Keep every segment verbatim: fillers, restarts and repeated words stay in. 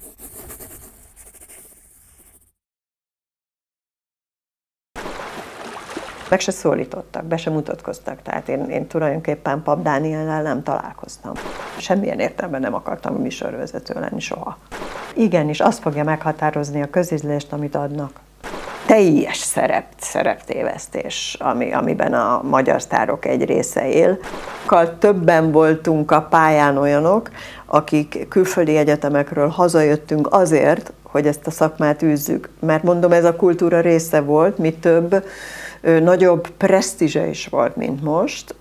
Meg se szólítottak, be se mutatkoztak, tehát én, én tulajdonképpen Pap Dániellel nem találkoztam. Semmilyen értelemben nem akartam műsorvezető lenni soha. Igenis, azt fogja meghatározni a közízlést, amit adnak. Teljes szerep, szereptévesztés, ami, amiben a magyar sztárok egy része él. Többen voltunk a pályán olyanok, akik külföldi egyetemekről hazajöttünk azért, hogy ezt a szakmát űzzük. Mert mondom, ez a kultúra része volt, mi több, nagyobb presztízse is volt, mint most.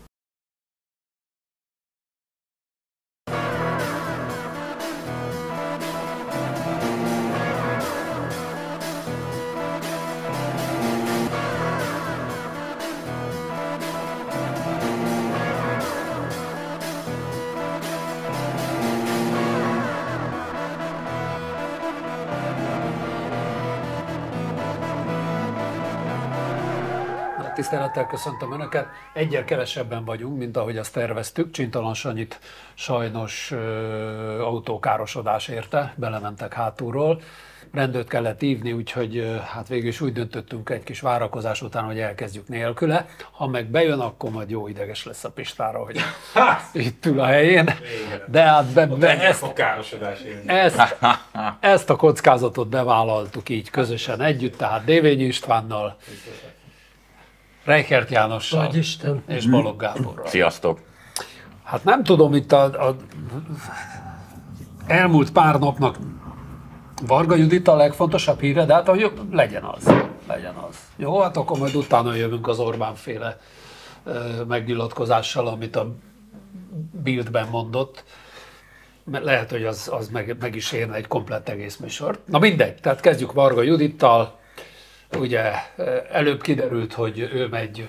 Tisztelettel köszöntöm Önöket. Egyel kevesebben vagyunk, mint ahogy azt terveztük. Csintalan Sanyit sajnos ö, autókárosodás érte, belementek hátulról. Rendőrt kellett hívni, úgyhogy ö, hát végül is úgy döntöttünk egy kis várakozás után, hogy elkezdjük nélküle. Ha meg bejön, akkor majd jó ideges lesz a Pistára, hogy itt ül a helyén. De hát be, be, ezt, ezt, ezt a kockázatot bevállaltuk így közösen együtt, tehát Dévényi Istvánnal, Reichert Jánossal és Balogh Gáborral. Sziasztok! Hát nem tudom, itt a, a elmúlt pár napnak Varga Judit a legfontosabb híre, de hát hogy legyen az, legyen az. Jó, hát akkor majd utána jövünk az Orbán-féle megnyilatkozással, amit a Bildben mondott. Lehet, hogy az, az meg, meg is érne egy komplett egész műsort. Na mindegy, tehát kezdjük Varga Judittal. Ugye előbb kiderült, hogy ő megy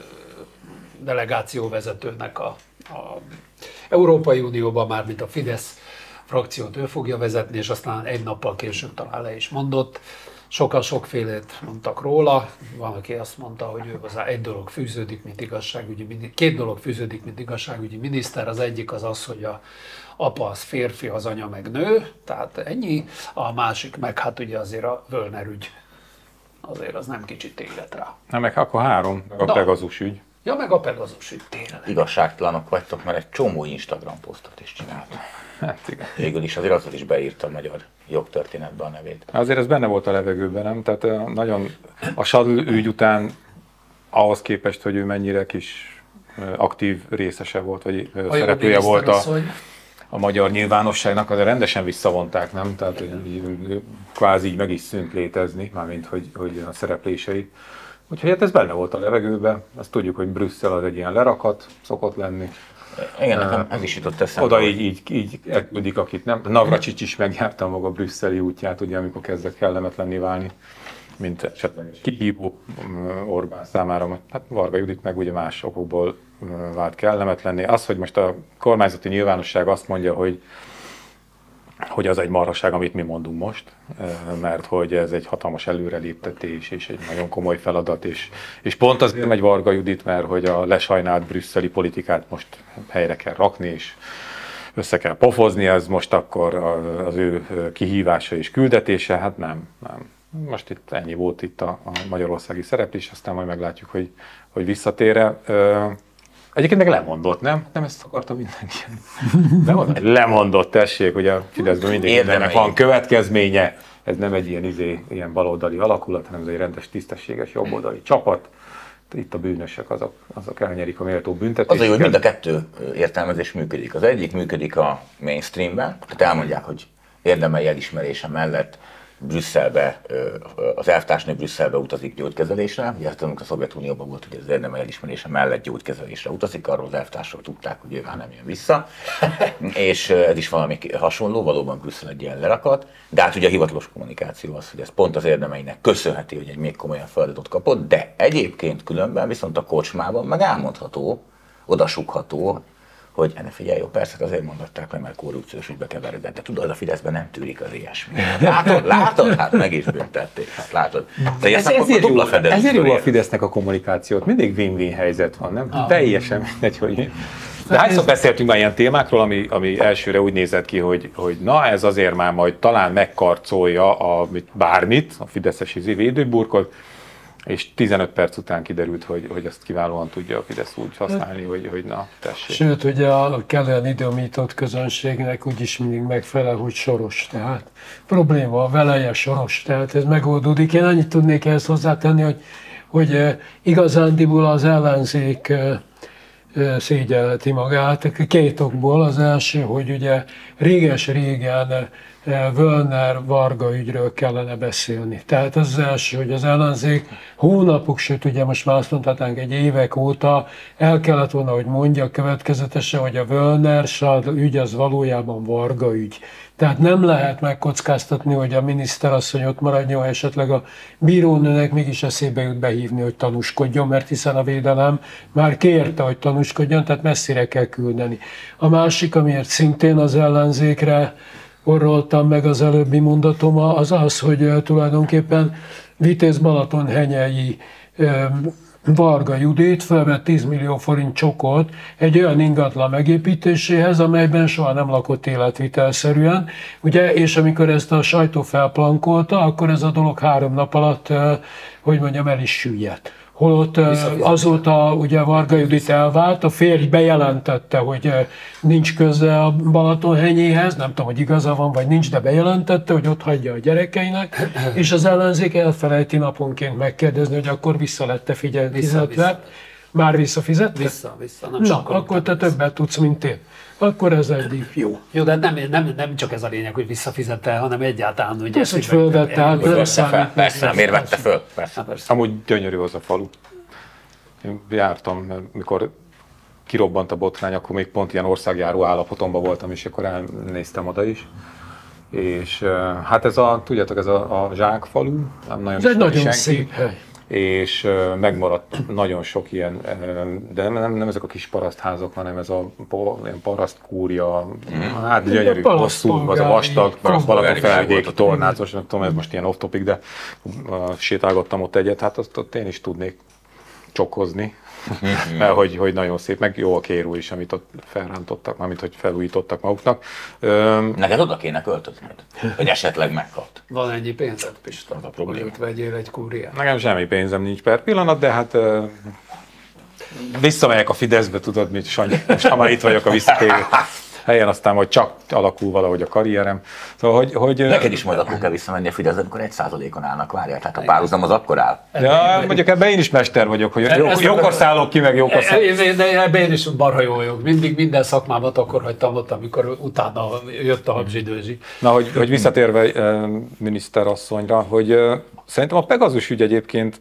delegációvezetőnek a, a Európai Unióba, már mint a Fidesz frakciót ő fogja vezetni, és aztán egy nappal később talán le is mondott. Sokan sokfélét mondtak róla, van, aki azt mondta, hogy ő hozzá egy dolog fűződik, mint igazságügyi, két dolog fűződik, mint igazságügyi miniszter. Az egyik az az, hogy a apa az férfi, az anya meg nő, tehát ennyi. A másik meg hát ugye azért a Völner ügy. Azért az nem kicsit élet rá. Na meg akkor három, meg a Na. Pegazus ügy. Ja, meg a Pegazus ügy, tényleg. Igazságtalanok vagytok, mert egy csomó Instagram posztot is csináltam. Hát igen. Végül is azért azzal is beírta a magyar jogtörténetbe a nevét. Azért ez benne volt a levegőben, nem? Tehát nagyon a Sadl ügy után ahhoz képest, hogy ő mennyire kis aktív részese volt, vagy a szereplője volt a, a magyar nyilvánosságnak, azért rendesen visszavonták, nem? Tehát kvázi így meg is szűnt létezni, mármint hogy, hogy a szereplései. Úgyhogy hát ez benne volt a levegőben, azt tudjuk, hogy Brüsszel az egy ilyen lerakat szokott lenni. Igen, nekem ez is jutott eszembe. Oda így, így, így elküldik, akit nem. Navracsics is megjárta maga brüsszeli útját, ugye, amikor kezdett kellemetlenné válni, mint esetleg kihívó Orbán számára. Hát Varga Judit meg ugye más okokból vált kellemetlenné. Az, hogy most a kormányzati nyilvánosság azt mondja, hogy hogy az egy marhaság, amit mi mondunk most, mert hogy ez egy hatalmas előreléptetés, és egy nagyon komoly feladat, és, és pont azért megy Varga Judit, mert hogy a lesajnált brüsszeli politikát most helyre kell rakni, és össze kell pofozni, ez most akkor az ő kihívása és küldetése, hát nem, nem. Most itt ennyi volt itt a, a magyarországi szereplés, aztán majd meglátjuk, hogy, hogy visszatér-e. Egyébként meg lemondott, nem? Nem ezt akartam mindenki. Lemondott, lemondott, tessék, hogy a Fideszben mindig mindennek van következménye. Ez nem egy ilyen, izé, ilyen baloldali alakulat, hanem ez egy rendes, tisztességes, jobboldali csapat. Itt a bűnösök, azok, azok elnyerik a méltó büntetést. Az a jó, hogy mind a kettő értelmezés működik. Az egyik működik a mainstreamben, tehát elmondják, hogy érdemei elismerése mellett Brüsszelbe, az elvtársnő Brüsszelbe utazik gyógykezelésre. Ugye ezt a Szovjetunióban volt, hogy az érdemei elismerése mellett gyógykezelésre utazik, arról az elvtársok tudták, hogy ő már nem jön vissza. És ez is valami hasonló, valóban Brüsszel egy ilyen lerakat. De hát ugye a hivatalos kommunikáció az, hogy ez pont az érdemeinek köszönheti, hogy egy még komolyan feladatot kapott, de egyébként különben viszont a kocsmában meg elmondható, odasugható, hogy ne figyelj, jó, persze azért mondatták le, mert korrupciós ügybe keveredett, de tudod, a Fideszben nem tűrik az ilyesmi. Látod, látod? Hát meg is büntették, hát látod. De ez ezért jó, ezért jó a Fidesznek a kommunikációt, mindig win-win helyzet van, nem? Ah. Teljesen mindegy, hogy De hányszor beszéltünk már ilyen témákról, ami, ami elsőre úgy nézett ki, hogy, hogy na ez azért már majd talán megkarcolja a, bármit, a fideszes védőburkot, és tizenöt perc után kiderült, hogy, hogy ezt kiválóan tudja a Fidesz úgy használni, hogy, hogy na, tessék. Sőt, ugye a kellően időmított közönségnek úgyis mindig megfelel, hogy soros. Tehát probléma a veleje soros, tehát ez megoldódik. Én annyit tudnék ehhez hozzátenni, hogy, hogy igazándiból az ellenzék szégyelleti magát két okból. Az első, hogy ugye réges-régen Völner-Varga ügyről kellene beszélni. Tehát az, az első, hogy az ellenzék hónapok, sőt ugye most már azt mondhatnánk egy évek óta el kellett volna, hogy mondja következetesen, hogy a Völner-Schad ügy az valójában Varga ügy. Tehát nem lehet megkockáztatni, hogy a miniszterasszony ott maradjon, ha esetleg a bírónőnek mégis eszébe jut behívni, hogy tanúskodjon, mert hiszen a védelem már kérte, hogy tanúskodjon, tehát messzire kell küldeni. A másik, amiért szintén az ellenzékre orroltam meg az előbbi mondatom, az az, hogy tulajdonképpen Vitéz Balatonhenyei Varga Judit felvett tíz millió forint csokot egy olyan ingatlan megépítéséhez, amelyben soha nem lakott életvitelszerűen. Ugye, és amikor ezt a sajtó felplankolta, akkor ez a dolog három nap alatt, hogy mondjam, el is süllyedt. Holott azóta ugye Varga Judit elvált, a férj bejelentette, hogy nincs köze a Balatonhenyéhez, nem tudom, hogy igaza van vagy nincs, de bejelentette, hogy ott hagyja a gyerekeinek, és az ellenzék elfelejti naponként megkérdezni, hogy akkor vissza lett-e fizetve. Már visszafizette? Vissza, vissza. Nem Na, akkor te többet tudsz, mint én. Akkor ez eddig jó. Jó, de nem, nem, nem csak ez a lényeg, hogy visszafizette, hanem egyáltalán, hogy ezt, hogy fölvette, hát nem számít. Persze, miért vette föl? Persze. Persze. Amúgy gyönyörű az a falu. Én jártam, mikor kirobbant a botrány, akkor még pont ilyen országjáró állapotomban voltam, és akkor elnéztem oda is. És hát ez a, tudjátok, ez a, a zsákfalu, nem nagyon, ez egy nagyon szép hely. És megmaradt nagyon sok ilyen, de nem, nem ezek a kis parasztházak, hanem ez a ilyen parasztkúria, hát gyönyörű, hosszú, az a vastag, Balatonfelvidéki tornácos, nem tudom, ez most ilyen off-topic, de sétálgattam ott egyet, hát azt ott én is tudnék csokozni, mert hogy, hogy nagyon szép, meg jó a kérú is, amit ott felrántottak, amit hogy felújítottak maguknak. Neked oda kéne költözned, hogy esetleg megkapd. Van ennyi pénzed, Pista, az a probléma. hogy vegyél egy kúriát. Nekem semmi pénzem nincs per pillanat, de hát uh, visszamegyek a Fideszbe, tudod mit, Sanyi, most ha már itt vagyok a visszatérő helyen, aztán majd csak alakul valahogy a karrierem. Szóval, hogy, hogy, neked is majd akkor kell visszamenni a Fideszbe, amikor egy százalékon állnak, várjál, tehát a párhuzam az akkor áll. Ja, mondjuk ebben én is mester vagyok, hogy jó, jókor szállok ki, meg jókor szállok. De ebben én is marha jó vagyok. Mindig minden szakmámat akkor hagytam ott, amikor utána jött a habzsidőzsi. Na, hogy, hogy visszatérve eh, miniszterasszonyra, hogy eh, szerintem a Pegazus ügy egyébként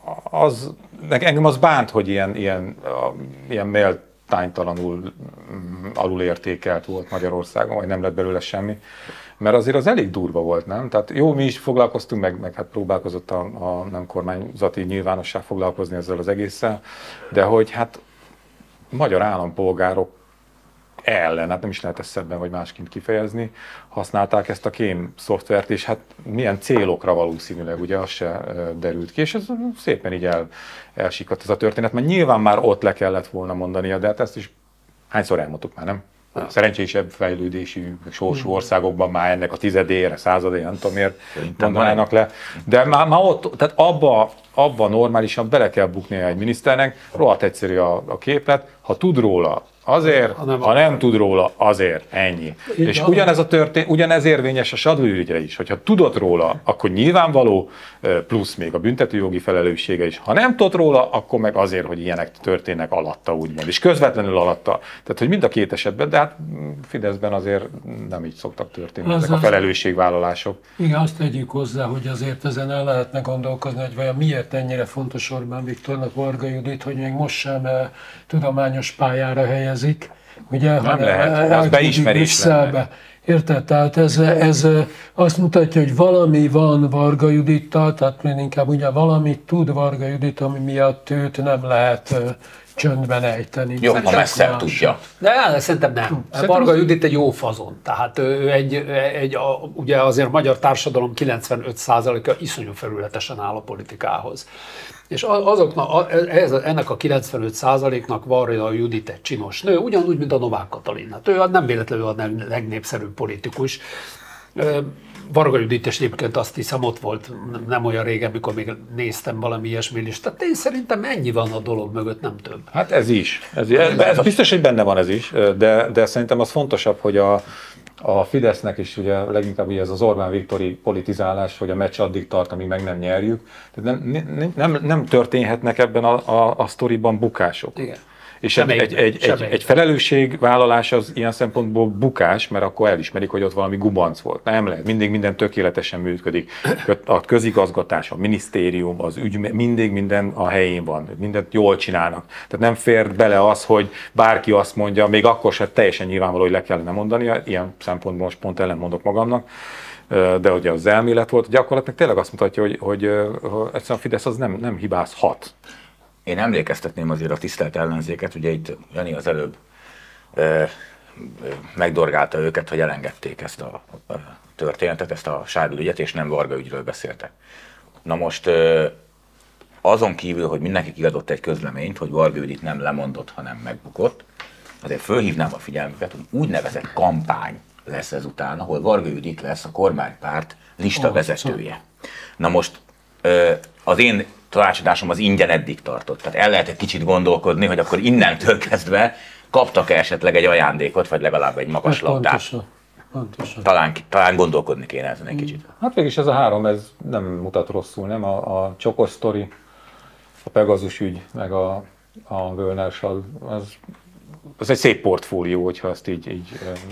az, engem az bánt, hogy ilyen, ilyen, a, ilyen mélt tánytalanul alulértékelt volt Magyarországon, vagy nem lett belőle semmi, mert azért az elég durva volt, nem? Tehát jó, mi is foglalkoztunk, meg, meg hát próbálkozott a, a nem kormányzati nyilvánosság foglalkozni ezzel az egésszel, de hogy hát magyar állampolgárok ellen, hát nem is lehet ezt szebben vagy másként kifejezni, használták ezt a kém szoftvert, és hát milyen célokra valószínűleg, ugye az se derült ki, és ez szépen így el, elsikadt ez a történet, mert nyilván már ott le kellett volna mondania, de hát ezt is hányszor elmondtuk már, nem? Szerencsésebb fejlődési, sorsú országokban már ennek a tizedére, századére, nem tudom miért mondanának le. De már, már ott, tehát abba, abba normálisan bele kell buknia egy miniszternek, rohadt egyszerű a, a képlet, ha tud róla, azért, ha nem, ha nem tud róla, azért, ennyi. Én és ugyanez, a történ- ugyanez érvényes a Sadló-ügyre is, hogyha tudott róla, akkor nyilvánvaló, plusz még a büntetőjogi felelőssége is. Ha nem tudott róla, akkor meg azért, hogy ilyenek történnek alatta, úgymond, és közvetlenül alatta. Tehát, hogy mind a két esetben, de hát Fideszben azért nem így szoktak történni az ezek a felelősségvállalások. Igen, azt tegyük hozzá, hogy azért ezen el lehetne gondolkozni, hogy vajon miért ennyire fontos Orbán Viktornak Varga Judit, hogy még most sem eh, tudományos pályára helyezik. Ugye, nem hanem lehet, az beismerés lenne. Érted? Tehát ez, ez azt mutatja, hogy valami van Varga Judittal, tehát inkább ugye valamit tud Varga Judit, ami miatt őt nem lehet csöndben ejteni. Jó, ha messzebb tudja. De szerintem nem. Varga Judit egy jó fazon. Tehát ő egy, egy a, ugye azért a magyar társadalom kilencvenöt százaléka iszonyú felületesen áll a politikához. És azoknak, ez, ennek a kilencvenöt százaléknak Varga Judit egy csinos nő, ugyanúgy, mint a Novák Katalin. Hát ő nem véletlenül a legnépszerűbb politikus. Varga Judit is egyébként azt hiszem ott volt nem olyan régen, mikor még néztem valami ilyesmi listát. Én szerintem ennyi van a dolog mögött, nem több. Hát ez is. Ez, ez biztos, hogy benne van ez is, de, de szerintem az fontosabb, hogy a, a Fidesznek is ugye leginkább ugye ez az Orbán Viktori politizálás, hogy a meccs addig tart, amíg meg nem nyerjük. Tehát nem, nem, nem történhetnek ebben a, a, a sztoriban bukások. Igen. És egy, egy, egy, egy, egy felelősségvállalás az ilyen szempontból bukás, mert akkor elismerik, hogy ott valami gubanc volt. Nem lehet, mindig minden tökéletesen működik. A közigazgatás, a minisztérium, az ügy, mindig minden a helyén van, mindent jól csinálnak. Tehát nem fér bele az, hogy bárki azt mondja, még akkor sem teljesen nyilvánvaló, hogy le kellene mondania, ilyen szempontból most pont ellentmondok magamnak, de ugye az elmélet volt, gyakorlatilag tényleg azt mutatja, hogy, hogy, hogy egyszerűen a Fidesz az nem, nem hibázhat. Én emlékeztetném azért a tisztelt ellenzéket, ugye itt Jani az előbb ö, megdorgálta őket, hogy elengedték ezt a, a történetet, ezt a Sárbil ügyet, és nem Varga ügyről beszéltek. Na most ö, azon kívül, hogy mindenki kiadott egy közleményt, hogy Varga ügyit nem lemondott, hanem megbukott, azért fölhívnám a figyelmüket, hogy úgynevezett kampány lesz ezután, ahol Varga Judit lesz a kormánypárt lista vezetője. Na most ö, az én tanácsadásom az ingyen eddig tartott. Tehát el lehet egy kicsit gondolkodni, hogy akkor innentől kezdve kaptak-e esetleg egy ajándékot, vagy legalább egy magas labdát. Pontosan. Pontosan. Talán, talán gondolkodni kéne ezen egy kicsit. Hát végülis ez a három, ez nem mutat rosszul, nem? A, a Csokos sztori, a Pegazus ügy, meg a, a Völner Sal, az, az egy szép portfólió, hogyha ezt így... így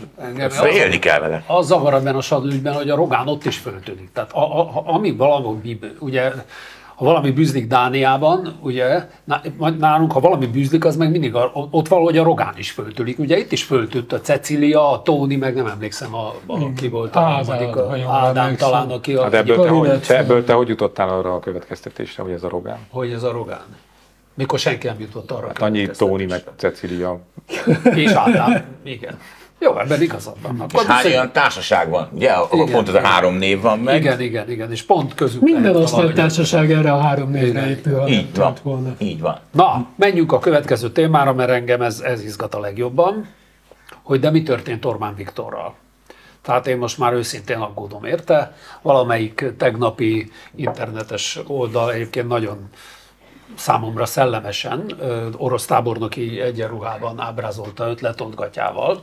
ezt élni kell vele. Az zavar ebben a Sal ügyben, hogy a Rogán ott is föltűnik. Tehát a, a, amíg valami, ugye, ha valami bűzlik Dániában, ugye, nálunk, ha valami bűzlik, az meg mindig a, ott valahogy a Rogán is föltűnik. Ugye itt is föltűnt a Cecília, a Tóni, meg nem emlékszem, a, a, ki volt a harmadik, Ádám talán, aki a... Hát ebből, te hogy, te, ebből te hogy jutottál arra a következtetésre, hogy ez a Rogán? Hogy ez a Rogán? Mikor senki nem jutott arra. Hát annyi Tóni, meg Cecília. És Ádám, igen. Jó, ebben igazad van. És hány olyan társaság van, ugye? Igen, pont ez a három név van meg. Igen, igen, igen, és pont közük. Minden osztálytársaság erre a három névre épül. Így van, volna. Így van. Na, menjünk a következő témára, mert engem ez, ez izgat a legjobban, hogy de mi történt Orbán Viktorral. Tehát én most már őszintén aggódom érte. Valamelyik tegnapi internetes oldal egyébként nagyon számomra szellemesen orosz tábornoki egyenruhában ábrázolta őt letontgatjával.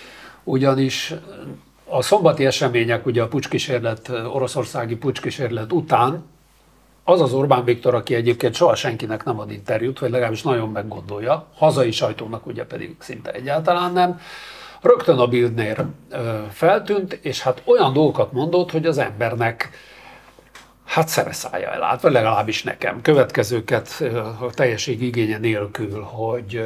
Ugyanis a szombati események, ugye a pucskísérlet, oroszországi pucskísérlet után az az Orbán Viktor, aki egyébként soha senkinek nem ad interjút, vagy legalábbis nagyon meggondolja, hazai sajtónak ugye pedig szinte egyáltalán nem, rögtön a Bildnél feltűnt, és hát olyan dolgokat mondott, hogy az embernek hát szemeszája elállt, vagy legalábbis nekem. Következőket a teljesség igénye nélkül, hogy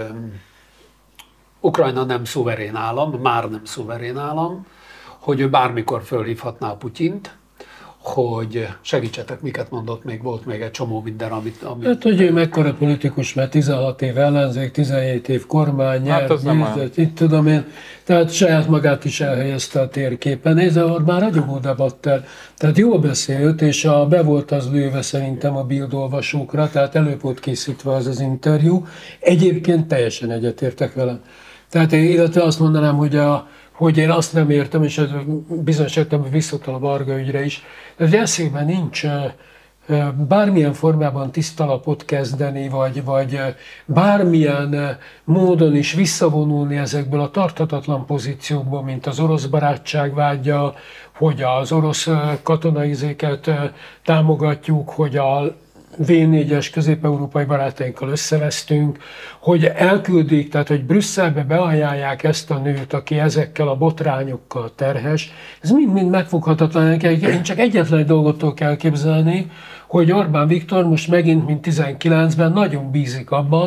Ukrajna nem szuverén állam, már nem szuverén állam, hogy ő bármikor fölhívhatná a Putyint, hogy segítsetek, miket mondott, még volt még egy csomó minden, amit... amit... Hát, hogy ő mekkora politikus, mert tizenhat év ellenzék, tizenhét év kormány, nyert, hát nyert, itt tudom én, tehát saját magát is elhelyezte a térképen. Ez a Orbán ragyogó debatter, tehát jól beszélt, és a, be volt az lőve szerintem a Bild olvasókra, tehát előbb volt készítve az az interjú. Egyébként teljesen egyetértek velem. Tehát én, illetve azt mondanám, hogy a hogy én azt nem értem, és ez bizonyos értelemben visszatal a Varga ügyre is, de hogy eszében nincs bármilyen formában tiszta lapot kezdeni, vagy, vagy bármilyen módon is visszavonulni ezekből a tarthatatlan pozíciókból, mint az orosz barátság vágya, hogy az orosz katonaizéket támogatjuk, hogy a vé négyes közép-európai barátainkkal összevesztünk, hogy elküldik, tehát hogy Brüsszelbe beajánlják ezt a nőt, aki ezekkel a botrányokkal terhes. Ez mind-mind megfoghatatlan. Én csak egyetlen egy dolgot kell képzelni, hogy Orbán Viktor most megint, mint tizenkilencben nagyon bízik abban,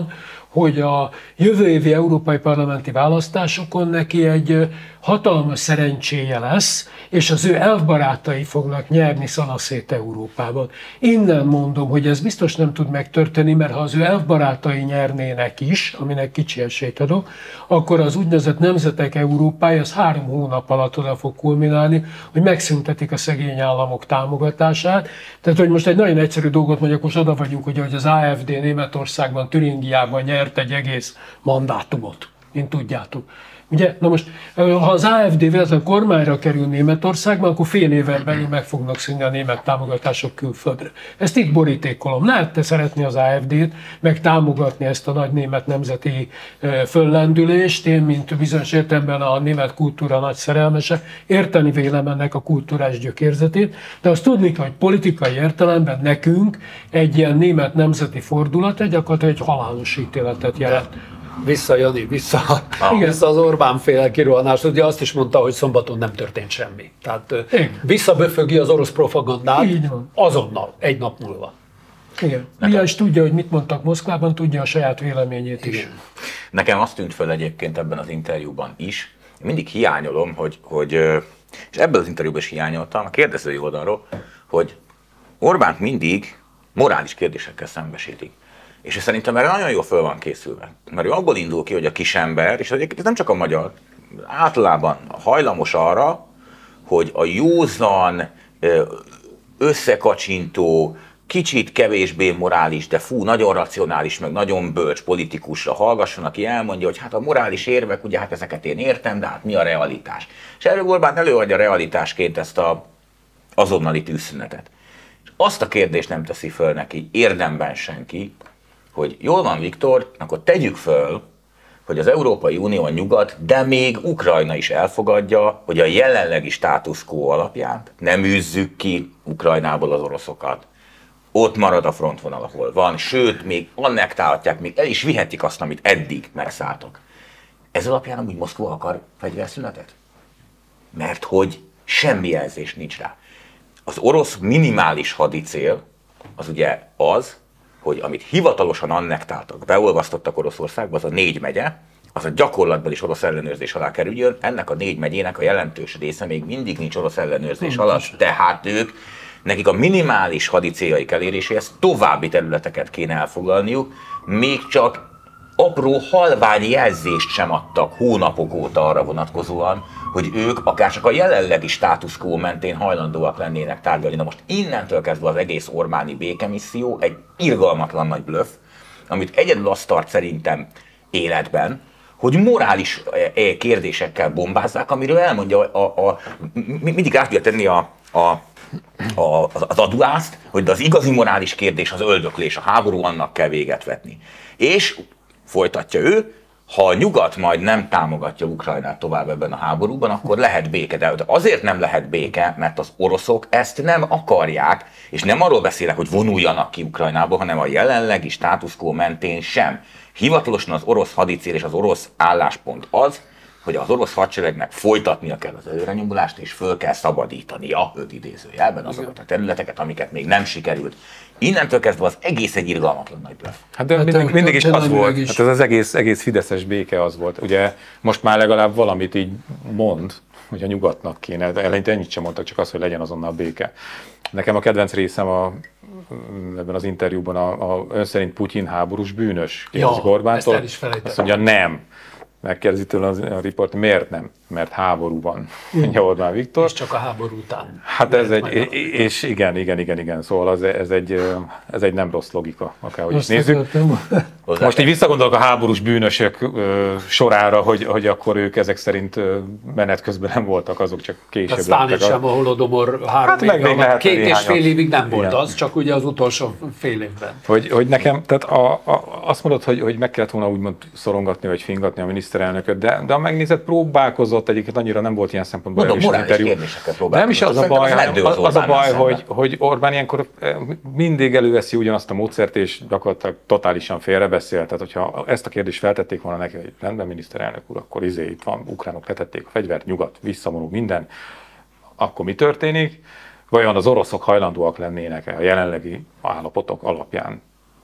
hogy a jövő évi európai parlamenti választásokon neki egy hatalmas szerencséje lesz, és az ő elfbarátai fognak nyerni szanaszét Európában. Innen mondom, hogy ez biztos nem tud megtörténni, mert ha az ő elfbarátai nyernének is, aminek kicsi esélyt adok, akkor az úgynevezett nemzetek Európája az három hónap alatt oda fog kulminálni, hogy megszüntetik a szegény államok támogatását. Tehát, hogy most egy nagyon egyszerű dolgot mondjak, most oda vagyunk, hogy az á ef dé Németországban, Türingiában nyert egy egész mandátumot, mint tudjátok. Ugye? Na most, ha az á ef dé véletlenül kormányra kerül Németországban, akkor fél éven belül meg fognak szűnni a német támogatások külföldre. Ezt itt borítékolom. Lehet te szeretni az á ef dét, meg támogatni ezt a nagy német nemzeti föllendülést. Én, mint bizonyos értelemben a német kultúra nagy szerelmese, érteni vélem ennek a kulturális gyökérzetét, de azt tudni kell, hogy politikai értelemben nekünk egy ilyen német nemzeti fordulat egy gyakorlatilag egy halálos ítéletet jelent. Vissza, Jani, vissza, Igen. vissza az Orbán féle kirohanás. Ugye azt is mondta, hogy szombaton nem történt semmi. Tehát Igen. visszaböfögi az orosz propagandát Így van. azonnal, egy nap múlva. Igen. Milyen is tudja, hogy mit mondtak Moszkvában, tudja a saját véleményét is. Igen. Nekem azt tűnt föl egyébként ebben az interjúban is, én mindig hiányolom, hogy, hogy és ebben az interjúban is hiányoltam, a kérdezői oldalról, hogy Orbánt mindig morális kérdésekkel szembesítik. És szerintem erre nagyon jól föl van készülve. Mert ő abból indul ki, hogy a kisember, és egyébként ez nem csak a magyar, általában hajlamos arra, hogy a józan, összekacsintó, kicsit kevésbé morális, de fú, nagyon racionális, meg nagyon bölcs politikusra hallgasson, aki elmondja, hogy hát a morális érvek, ugye hát ezeket én értem, de hát mi a realitás. És erről Orbán előadja realitásként ezt a azonnali tűzszünetet. És azt a kérdést nem teszi föl neki érdemben senki, hogy jól van, Viktor, akkor tegyük föl, hogy az Európai Unió, a nyugat, de még Ukrajna is elfogadja, hogy a jelenlegi status quo alapján nem űzzük ki Ukrajnából az oroszokat. Ott marad a frontvonal, ahol van, sőt, még annektálhatják, még el is vihetik azt, amit eddig megszálltak. Ez alapján amúgy Moszkva akar fegyverszünetet? Mert hogy semmi jelzés nincs rá. Az orosz minimális hadicél az ugye az, hogy amit hivatalosan annektáltak, beolvasztottak Oroszországba, az a négy megye, az a gyakorlatban is orosz ellenőrzés alá kerüljön, ennek a négy megyének a jelentős része még mindig nincs orosz ellenőrzés hmm. alatt, tehát ők, nekik a minimális hadicéljaik eléréséhez további területeket kéne elfoglalniuk, még csak apró halvány jelzést sem adtak hónapok óta arra vonatkozóan, hogy ők akár csak a jelenlegi status quo mentén hajlandóak lennének tárgyalni. Na most innentől kezdve az egész Orbáni békemisszió egy irgalmatlan nagy blöff, amit egyedül azt tart szerintem életben, hogy morális kérdésekkel bombázzák, amiről elmondja, a, a, a, mindig át tudja tenni a, a, a, az aduászt, hogy az igazi morális kérdés az öldöklés, a háború, annak kell véget vetni. És folytatja ő, ha a nyugat majd nem támogatja Ukrajnát tovább ebben a háborúban, akkor lehet béke. De azért nem lehet béke, mert az oroszok ezt nem akarják, és nem arról beszélek, hogy vonuljanak ki Ukrajnából, hanem a jelenlegi status quo mentén sem. Hivatalosan az orosz hadicél és az orosz álláspont az, hogy az orosz hadseregnek folytatnia kell az előrenyomulást, és föl kell szabadítania, öt idézőjelben, azokat a területeket, amiket még nem sikerült. Innentől kezdve az egész egy irgalmatlan nagy bluff. Hát de Hát mindig, mindig is az volt, is. hát ez az egész, egész fideszes béke az volt. Ugye most már legalább valamit így mond, hogy a nyugatnak kéne, de eleinte ennyit sem mondtak, csak az, hogy legyen azonnal béke. Nekem a kedvenc részem a, ebben az interjúban a, a ön szerint Putyin háborús bűnös. Ja, Orbántól. ezt el is felejtettem. Azt mondja, nem. Megkérdezi tőle a riport, miért nem? Mert háború van, mondja Orbán Viktor. És csak a háború után. Hát ez egy, és igen, igen, igen, igen, szóval az, ez, egy, ez egy nem rossz logika, akárhogy is nézzük. Most így visszagondolok a háborús bűnösök ö, sorára, hogy, hogy akkor ők ezek szerint ö, menet közben nem voltak, azok csak később lettek. Sztálin sem, a Holodomor három hát meg évig, két és néhányat. fél évig nem volt Igen. az, csak ugye az utolsó fél évben. Hogy, hogy nekem, tehát a, a, azt mondod, hogy, hogy meg kellett volna úgymond szorongatni, vagy fingatni a miniszterelnököt, de, de a megnézett próbálkozott, egyébként annyira nem volt ilyen szempontból Mondom, erős morális interjú. kérdésekkel De próbálkozott. nem is az a Szerintem baj, az hanem meddő az, az a Orbánnal baj, szemben. hogy, hogy Orbán ilyenkor mindig előveszi ugyanazt a módszert, és gyakorlatilag totálisan félrebeszél. Tehát, hogyha ezt a kérdést feltették volna neki, hogy rendben, miniszterelnök úr, akkor izé itt van, ukránok letették a fegyvert, nyugat, visszavonul minden, akkor mi történik? Vajon az oroszok hajlandóak lennének a jelenlegi állapotok alapján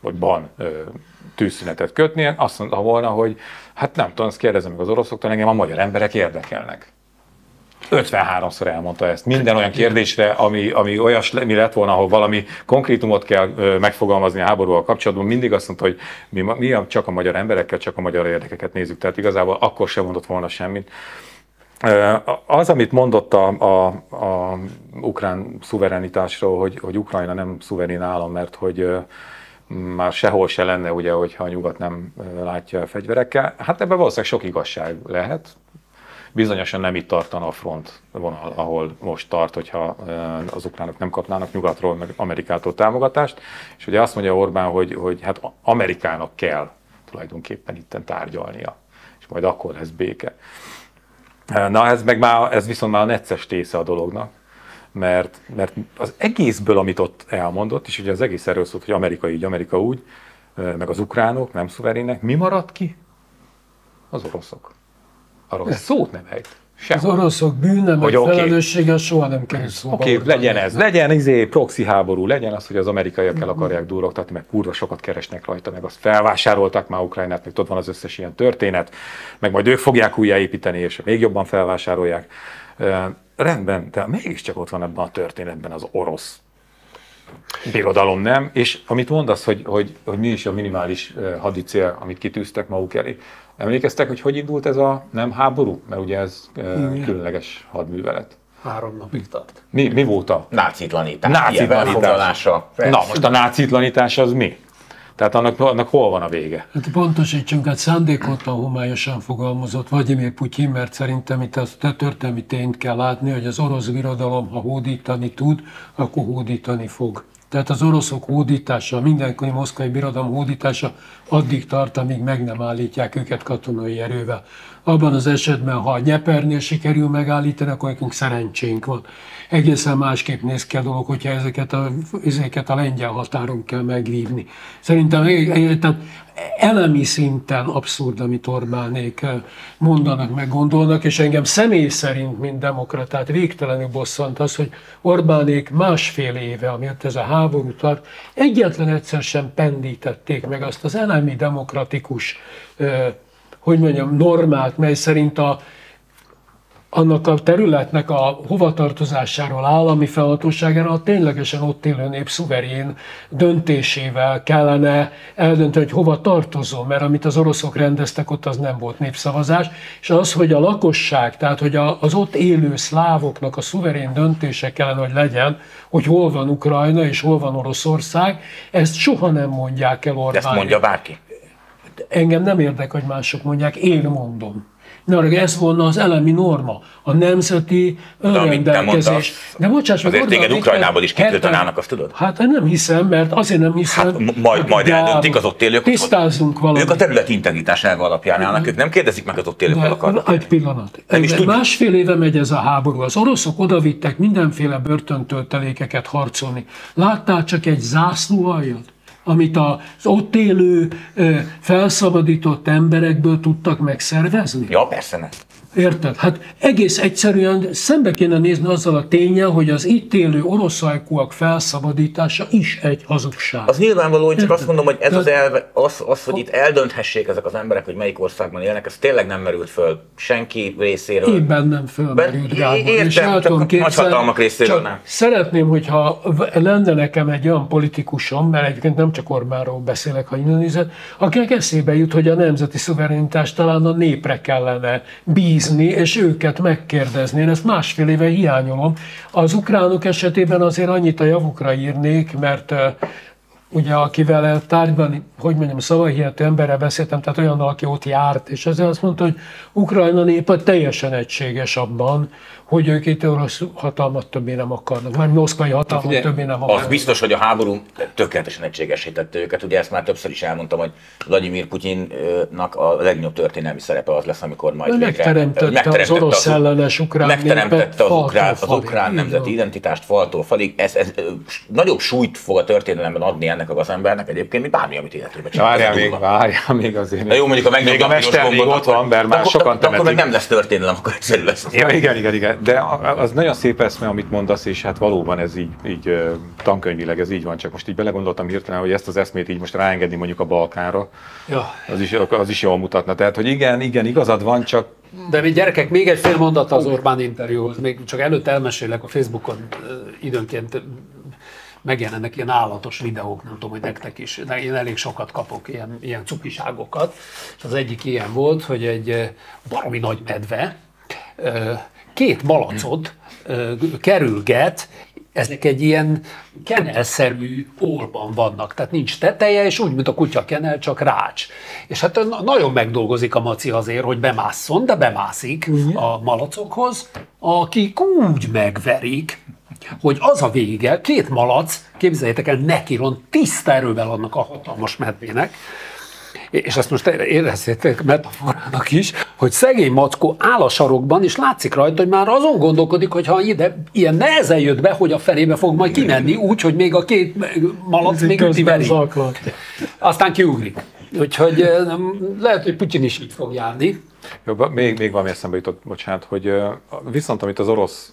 vagy ban tűzszünetet kötni, azt mondta volna, hogy hát nem tudom, azt kérdezem meg az oroszoktól, engem a magyar emberek érdekelnek. ötvenháromszor elmondta ezt. Minden olyan kérdésre, ami, ami olyas mi lett volna, ahol valami konkrétumot kell megfogalmazni a háborúval kapcsolatban, mindig azt mondta, hogy mi, mi csak a magyar emberekkel, csak a magyar érdekeket nézzük. Tehát igazából akkor sem mondott volna semmit. Az, amit mondott a, a, a ukrán szuverenitásról, hogy, hogy Ukrajna nem szuverén állam, mert hogy már sehol se lenne, ugye, hogyha a nyugat nem látja a fegyverekkel. Hát ebben valószínűleg sok igazság lehet. Bizonyosan nem itt tartana a front vonal, ahol most tart, hogyha az ukránok nem kapnának nyugatról, meg Amerikától támogatást. És ugye azt mondja Orbán, hogy, hogy hát Amerikának kell tulajdonképpen itten tárgyalnia, és majd akkor lesz béke. Na ez, meg már, ez viszont már a necces része a dolognak, mert, mert az egészből, amit ott elmondott, és ugye az egész erről szólt, hogy Amerika így, Amerika úgy, meg az ukránok nem szuverének, mi maradt ki? Az oroszok. Arról szót nem ejt. Az oroszok bűne, meg okay. felelőssége soha nem kerül szóba. Oké, okay, legyen ez, legyen izé, proxy háború, legyen az, hogy az amerikaiak el akarják durrogtatni, meg kurva sokat keresnek rajta, meg azt felvásárolták már Ukrajnát, meg ott van az összes ilyen történet, meg majd ők fogják újjáépíteni, és még jobban felvásárolják. Uh, rendben, de mégiscsak ott van ebben a történetben az orosz birodalom, nem? És amit mondasz, hogy, hogy, hogy mi is a minimális hadicél, amit kitűztek maguk elé. Emlékeztek, hogy hogy indult ez a nem háború? Mert ugye ez Igen. különleges hadművelet. Három napig tart. Mi, mi volt a? Nácitlanítás. Nácitlanítás. Na most a nácitlanítás az mi? Tehát annak, annak hol van a vége? Hát pontosítsunk, hát szándékoltan homályosan fogalmazott Vladimir Putyin, mert szerintem itt azt a történelmi tényt kell látni, hogy az orosz birodalom, ha hódítani tud, akkor hódítani fog. Tehát az oroszok hódítása, mindenkori moszkvai birodalom hódítása addig tart, amíg meg nem állítják őket katonai erővel. Abban az esetben, ha a Nyepernél sikerül megállítani, akkor nekünk szerencsénk van. Egészen másképp néz ki a dolog, hogyha ezeket a, ezeket a lengyel határon kell megvívni. Szerintem elemi szinten abszurd, amit Orbánék mondanak, meg gondolnak, és engem személy szerint, mint demokratát végtelenül bosszant az, hogy Orbánék másfél éve, amiatt ez a háború tart, egyetlen egyszer sem pendítették meg azt az elemi demokratikus, hogy mondjam, normát, mely szerint a annak a területnek a hovatartozásáról, állami felhatóságáról ténylegesen ott élő nép szuverén döntésével kellene eldönteni, hogy hova tartozom, mert amit az oroszok rendeztek, ott az nem volt népszavazás, és az, hogy a lakosság, tehát hogy az ott élő szlávoknak a szuverén döntése kellene, hogy legyen, hogy hol van Ukrajna és hol van Oroszország, ezt soha nem mondják el Orbán. De ezt mondja bárki? Engem nem érdekel, hogy mások mondják, én mondom. Na, ez volna az elemi norma, a nemzeti önrendelkezés. De bocsáss meg, azért téged Ukrajnából is kitiltanának, azt tudod? Hát nem hiszem, mert azért nem hiszem. Hát majd, majd eldöntik az ott élők. Tisztázzunk valamit. Ők a területi integritás elve alapján állnak, ők nem kérdezik meg az ott élők, hol akarnak. Egy pillanat. Másfél éve megy ez a háború. Az oroszok odavittek mindenféle börtöntöltelékeket harcolni. Láttál csak egy zászlóaljat, amit az ott élő, felszabadított emberekből tudtak megszervezni? Ja, persze nem. Érted? Hát egész egyszerűen szembe kéne nézni azzal a ténnyel, hogy az itt élő oroszajkúak felszabadítása is egy hazugság. Az nyilvánvaló, hogy csak azt mondom, hogy ez De... az elve, az, az, hogy itt eldönthessék ezek az emberek, hogy melyik országban élnek, ez tényleg nem merült föl senki részéről. Én bennem fölmerült, Gábor. Értem, és csak a nagyhatalmak részéről nem. Szeretném, hogyha lenne nekem egy olyan politikusom, mert egyébként nem csak Orbánról beszélek, ha innen nézed, akinek eszébe jut, hogy a nemzeti szuverenitást talán a népre kellene bízni, és őket megkérdezni. Én ezt másfél éve hiányolom. Az ukránok esetében azért annyit a javukra írnék, mert uh, ugye akivel tárgyban, hogy mondjam, szavahihető emberrel beszéltem, tehát olyannal, aki ott járt, és ezzel azt mondta, hogy Ukrajna népe teljesen egységes abban, hogy ők itt orosz hatalmat többé nem akarnak, már moszkvai hatalmat ugye, többé nem akarnak. Az biztos, hogy a háború tökéletesen egységesítette őket. Ugye ezt már többször is elmondtam, hogy Vladimir Putyinnak a legnagyobb történelmi szerepe az lesz, amikor majd végre megteremtette, megteremtette az orosz ellenes ukrán megteremtette az ukrán, az ukrán nemzeti identitást faltól falig. Ez, ez nagyobb súlyt fog a történelemben adni ennek ennek a gazembernek egyébként, mint bármi, amit életében csinál. Várjál még, várjál még azért. Na jó, mondjuk a még a mester még ott van, mert már sokan temetik. Akkor meg nem lesz történelem, akkor egyszerű lesz. Ja, igen, igen, igen. De az nagyon szép eszme, amit mondasz, és hát valóban ez így, így tankönyvileg ez így van, csak most így belegondoltam hirtelen, hogy ezt az eszmét így most ráengedni mondjuk a Balkánra, ja. az, is, az is jól mutatna. Tehát, hogy igen, igen, igazad van, csak... De mi gyerekek, még egy fél mondat az Orbán interjúhoz, még csak előtt elmesélek, a Facebookon időnként megjelennek ilyen állatos videók, nem tudom, hogy nektek is, de én elég sokat kapok ilyen, ilyen cukiságokat, és az egyik ilyen volt, hogy egy baromi nagy medve két malacot kerülget, ezek egy ilyen kenelszerű ólban vannak, tehát nincs teteje, és úgy, mint a kutya kenel, csak rács. És hát nagyon megdolgozik a maci azért, hogy bemásszon, de bemászik a malacokhoz, akik úgy megverik, hogy az a vége, két malac, képzeljétek el, nekiron tiszta erővel annak a hatalmas medvének, és ezt most érezzétek metaforának is, hogy szegény mackó áll a sarokban, és látszik rajta, hogy már azon gondolkodik, hogy ha ide ilyen nehezen jött be, hogy a felébe fog majd kimenni, úgy, hogy még a két malac még üti veri. Aztán kiugrik. Úgyhogy lehet, hogy Putyin is így fog járni. Jó, még, még valami eszembe jutott, bocsánat, hogy viszont amit az orosz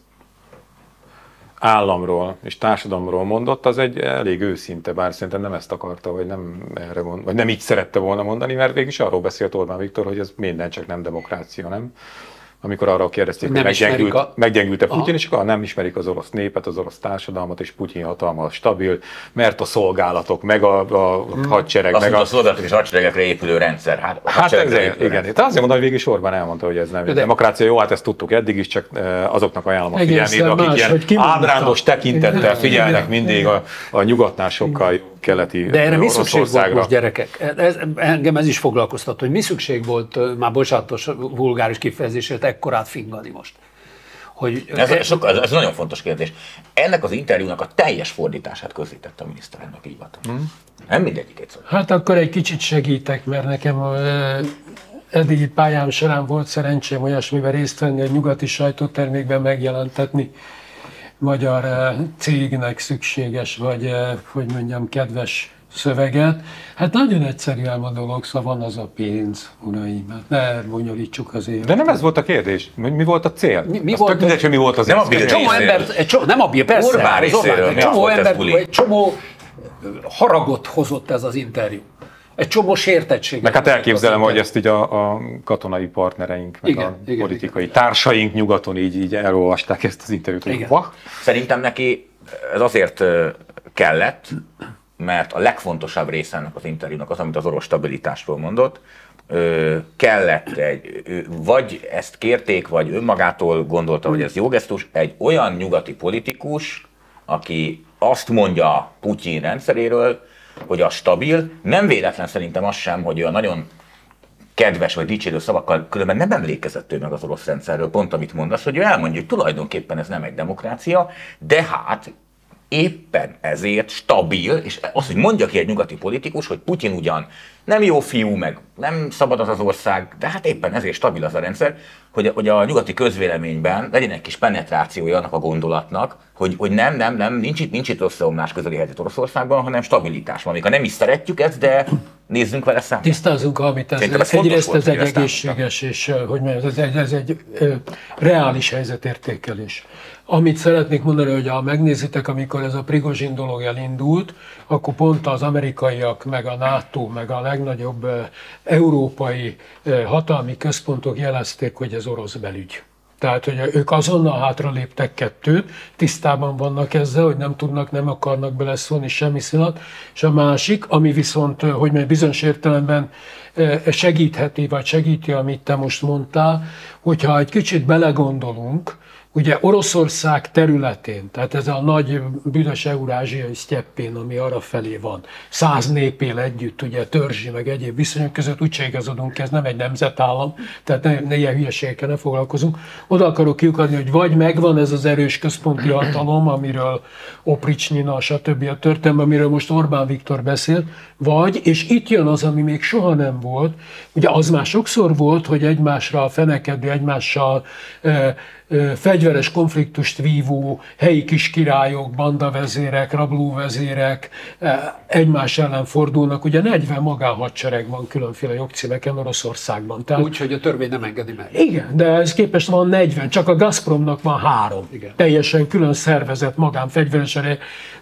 államról és társadalomról mondott, az egy elég őszinte, bár szerintem nem ezt akarta, vagy nem erre mond, vagy nem így szerette volna mondani, mert végig is arról beszélt Orbán Viktor, hogy ez minden csak nem demokrácia, nem? Amikor arra kérdezték, hogy meggyengült, a... meggyengült-e Putyin, és akkor nem ismerik az orosz népet, az orosz társadalmat, és Putyin hatalma stabil, mert a szolgálatok, meg a, a hmm. hadsereg, azt meg a... a... a szolgálatok és hadseregekre épülő rendszer. Hát, hát ez, igen. Tehát azért mondom, hogy végig is Orbán elmondta, hogy ez nem de... demokrácia. Jó, hát ezt tudtuk eddig is, csak azoknak ajánlom a figyelmét, akik más, ilyen ábrándos tekintettel figyelnek mindig a, a nyugatnál sokkal keleti de erre mi szükség volt most, gyerekek? Ez, engem ez is foglalkoztat, hogy mi szükség volt, már bocsánatos vulgáris kifejezésért, ekkorát fingani most. Hogy ez, ez, ez, ez nagyon fontos kérdés. Ennek az interjúnak a teljes fordítását közzétette a miniszterelnök hivatal. Hmm. Nem mindegyikét szó. Hát akkor egy kicsit segítek, mert nekem a eddigi pályám során volt szerencsém olyasmiben részt venni, hogy nyugati sajtótermékben megjelentetni magyar cégnek szükséges, vagy hogy mondjam, kedves szöveget. Hát nagyon egyszerű ám a dolog, szóval van az a pénz, uraim, hát ne bonyolítsuk az élet. De nem ez volt a kérdés. Mi volt a cél? Mi, mi volt, tüzet, mi volt az nem a csomó ember, nem a persze, Orbán részéről, egy csomó ember, egy csomó haragot hozott ez az interjú. Egy csomó sértettség. Meg hát elképzelem, hogy ezt így a, a katonai partnereink, meg igen, a igen, politikai igen. társaink nyugaton így, így elolvasták ezt az interjút. Szerintem neki ez azért kellett, mert a legfontosabb része ennek az interjúnak az, amit az orosz stabilitásról mondott, kellett egy, vagy ezt kérték, vagy önmagától gondolta, hogy ez jó gesztus, egy olyan nyugati politikus, aki azt mondja Putyin rendszeréről, hogy a stabil, nem véletlen szerintem az sem, hogy olyan nagyon kedves vagy dicsérő szavakkal, különben nem emlékezett ő meg az orosz rendszerről, pont amit mondasz, hogy ő elmondja, hogy tulajdonképpen ez nem egy demokrácia, de hát éppen ezért stabil, és az, hogy mondja ki egy nyugati politikus, hogy Putyin ugyan nem jó fiú, meg nem szabad az az ország, de hát éppen ezért stabil az a rendszer, hogy, hogy a nyugati közvéleményben legyen egy kis penetrációja annak a gondolatnak, hogy, hogy nem, nem, nem, nincs itt, nincs itt összeomlás közeli helyzet Oroszországban, hanem stabilitás van. Még ha nem is szeretjük ezt, de nézzünk vele szemben. Tisztázzunk, amit ez, ez egyrészt ez egy egészséges, és hogy mondjam, ez egy, ez egy ö, reális helyzetértékelés. Amit szeretnék mondani, hogy ha megnézitek, amikor ez a Prigozsin dolog elindult, akkor pont az amerikaiak, meg a NATO, meg a legnagyobb uh, európai uh, hatalmi központok jelezték, hogy ez orosz belügy. Tehát, hogy ők azonnal hátraléptek kettőt, tisztában vannak ezzel, hogy nem tudnak, nem akarnak beleszólni semmi színat, és a másik, ami viszont, hogy meg bizonyos értelemben segítheti, vagy segíti, amit te most mondtál, hogyha egy kicsit belegondolunk, ugye Oroszország területén, tehát ez a nagy büdös eurázsiai sztyeppén, ami arra felé van, száz nép él együtt, ugye törzsi meg egyéb viszonyok között, úgy se igazodunk, ez nem egy nemzetállam, tehát ne, ne ilyen hülyeségekkel ne foglalkozunk. Oda akarok kiukadni, hogy vagy megvan ez az erős központi hatalom, amiről Opricsnyina, stb. A történelem, amiről most Orbán Viktor beszélt, vagy, és itt jön az, ami még soha nem volt, ugye az már sokszor volt, hogy egymásra fenekedő, egymással e, fegyveres konfliktust vívó helyi kiskirályok, bandavezérek, rablóvezérek egymás ellen fordulnak. Ugye negyven magánhadsereg van különféle jogcímeken Oroszországban. Tehát, úgy, hogy a törvény nem engedi meg. igen, de ez képest van negyven, csak a Gazpromnak van három. Igen. Teljesen külön szervezett magánfegyveres erő.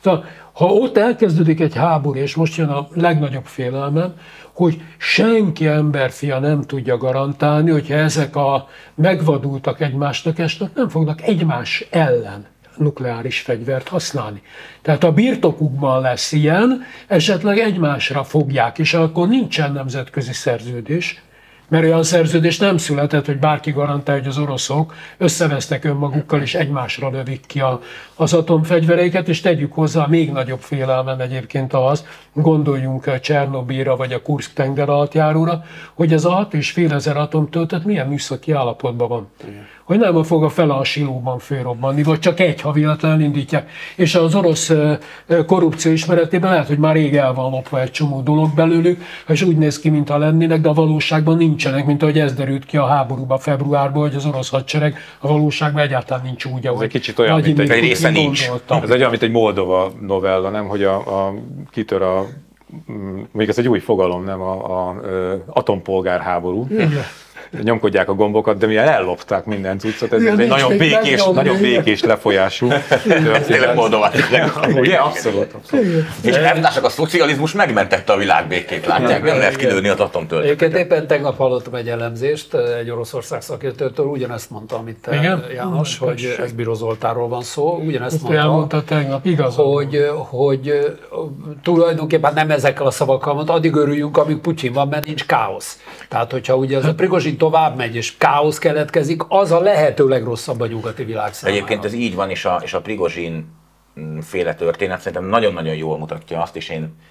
Ha ott elkezdődik egy háború, és most jön a legnagyobb félelmem, hogy senki emberfia nem tudja garantálni, hogyha ezek a megvadultak egymásnak esnek, nem fognak egymás ellen nukleáris fegyvert használni. Tehát a birtokukban lesz ilyen, esetleg egymásra fogják, és akkor nincsen nemzetközi szerződés, mert olyan szerződés nem született, hogy bárki garantálja, hogy az oroszok összevesznek önmagukkal, és egymásra lövik ki a, az atomfegyvereiket, és tegyük hozzá, még nagyobb félelmem egyébként az, gondoljunk Csernobilra, vagy a Kurszk tengeralattjáróra, hogy ez a hat és fél ezer atomtöltet milyen műszaki állapotban van. Igen. Hogy nem fog a fele a silóban fölrobbanni, vagy csak egy, ha véletlenül indítják. És az orosz korrupció ismeretében lehet, hogy már rég el van lopva egy csomó dolog belőlük, és úgy néz ki, mintha lennének, de a valóságban nincsenek, mint ahogy ez derült ki a háborúban februárban, hogy az orosz hadsereg a valóságban egyáltalán nincs úgy, ahogy ez egy kicsit olyan, mint egy, egy része nincs. Ez egy olyan, mint egy Moldova novella, nem, hogy a, a kitör a, még ez egy új fogalom, nem, a, a, a atompolgárháború. Nyomkodják a gombokat, de milyen ellopták minden cuccot, ez egy nagyon békés, nagyon békés lefolyású. Tényleg Moldova. Ugye? Abszolút. abszolút. És elvtársak, a szocializmus megmentette a világ békét, látják? Nem lehet kilőni az atomtölteteket. Egyébként éppen tegnap hallottam egy elemzést egy Oroszország szakértőtől, ugyanezt mondta, amit te, igen? János, Hmm, hogy ez Bíró Zoltánról van szó, ugyanezt ezt mondta, elmondta tegnap, igaz? hogy, hogy tulajdonképpen nem ezekkel a szavakkal mondta, addig örüljünk, amíg Putyin van, mert nincs káosz. Tehát, hogyha ugye ez a Prigozsin tovább megy, és káosz keletkezik, az a lehető legrosszabb a nyugati világ számára. Egyébként ez így van, és a, és a Prigozsin féle történet szerintem nagyon-nagyon jól mutatja azt, és én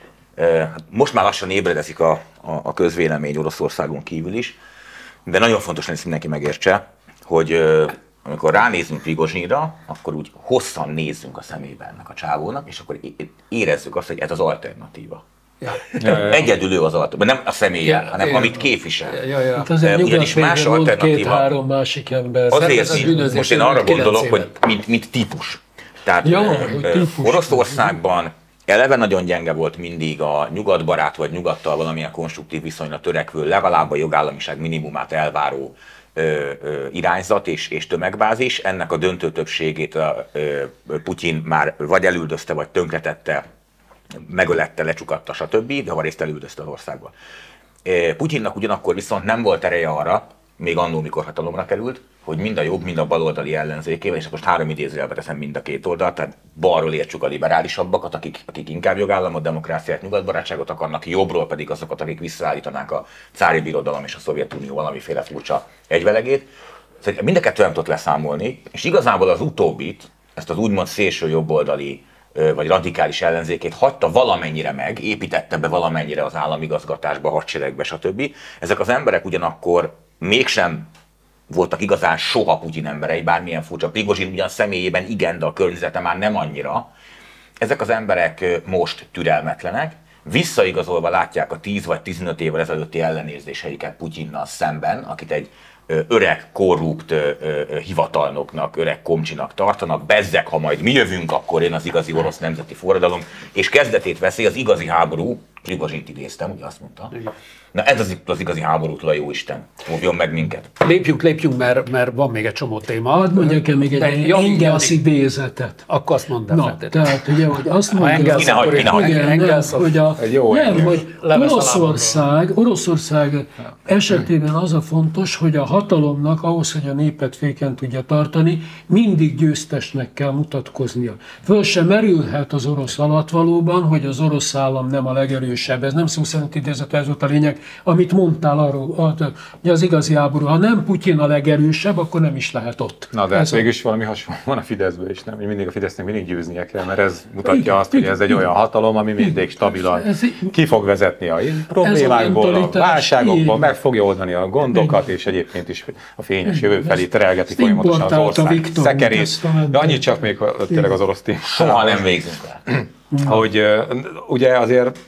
most már lassan ébredezik a, a, a közvélemény Oroszországon kívül is, de nagyon fontos, hogy ezt mindenki megértse, hogy amikor ránézünk Prigozsinra, akkor úgy hosszan nézzünk a szemébe ennek a csávónak, és akkor érezzük azt, hogy ez az alternatíva. Ja. Ja, ja. Egyedül ő az alternatíva, nem a személye, ja, hanem ja, amit képvisel. Ja, ja. Hát azért ugyanis más alternatíva. Két-három másik ember. Azért, most én arra gondolok, hogy mint, mint típus. Tehát ja, típus. Oroszországban eleve nagyon gyenge volt mindig a nyugatbarát vagy nyugattal valamilyen konstruktív viszonyra törekvő, legalább a jogállamiság minimumát elváró ö, ö, irányzat és, és tömegbázis. Ennek a döntő többségét a, ö, Putyin már vagy elüldözte, vagy tönkretette, megölette, lecsukatta, stb., de javarészt elüldözte az országba. Putyinnak ugyanakkor viszont nem volt ereje arra, még annól, mikor hatalomra került, hogy mind a jobb, mind a baloldali ellenzékével, és most három idézőjelbe teszem mind a két oldalt, tehát balról értsük a liberálisabbakat, akik, akik inkább jogállamot, demokráciát, nyugatbarátságot akarnak, jobbról pedig azokat, akik visszaállítanák a cári birodalom és a Szovjetunió valamiféle furcsa egyvelegét. Szóval mind a kettő nem tudott leszámolni, és igazából az utóbbit, ezt az úgymond szélső jobboldali vagy radikális ellenzékét hagyta valamennyire meg, építette be valamennyire az államigazgatásba, hadseregbe, stb. Ezek az emberek ugyanakkor mégsem voltak igazán soha Putyin emberei, bármilyen furcsa. Prigozsin ugyan személyében igen, de a környezete már nem annyira. Ezek az emberek most türelmetlenek, visszaigazolva látják a tíz vagy tizenöt évvel ezelőtti ellenérzéseiket Putyinnal szemben, akit egy öreg, korrupt hivatalnoknak, öreg komcsinak tartanak, bezzeg, ha majd mi jövünk, akkor jön az igazi orosz nemzeti forradalom, és kezdetét veszi az igazi háború, Prigozsint idéztem, ugye azt mondta. Na ez az, az igazi háborútól a jóisten, óvjon meg minket. Lépjünk, lépjünk, mert, mert van még egy csomó téma. Hadd mondjak el még egy Engels idézetet. Akkor azt mondd el. Na, tehát ugye, hogy azt mondja, Engels, ne hagy, ne hagy. igen, nem, hogy a, jó nem, hogy Oroszország, Oroszország esetében az a fontos, hogy a hatalomnak ahhoz, hogy a népet féken tudja tartani, mindig győztesnek kell mutatkoznia. Föl sem merülhet az orosz alattvalóban, hogy az orosz állam nem a legerősebb. Ez nem szó szerint idézet, ez volt a lényeg, amit mondtál arról, hogy az igazi háború, ha nem Putyin a legerősebb, akkor nem is lehet ott. Na de ez mégis valami hasonló van a Fideszből is, nem? Mindig a Fidesznek mindig győznie kell, mert ez mutatja igen, azt, hogy ez egy olyan hatalom, ami mindig stabilan ez, ki fog vezetni a problémákból, a, a válságokból, meg fogja oldani a gondokat, igen. És egyébként is a fényes jövő felé terelgeti folyamatosan az ország szekerét. De annyit csak még tényleg az orosz téma. Soha nem végzünk el. Hogy ugye azért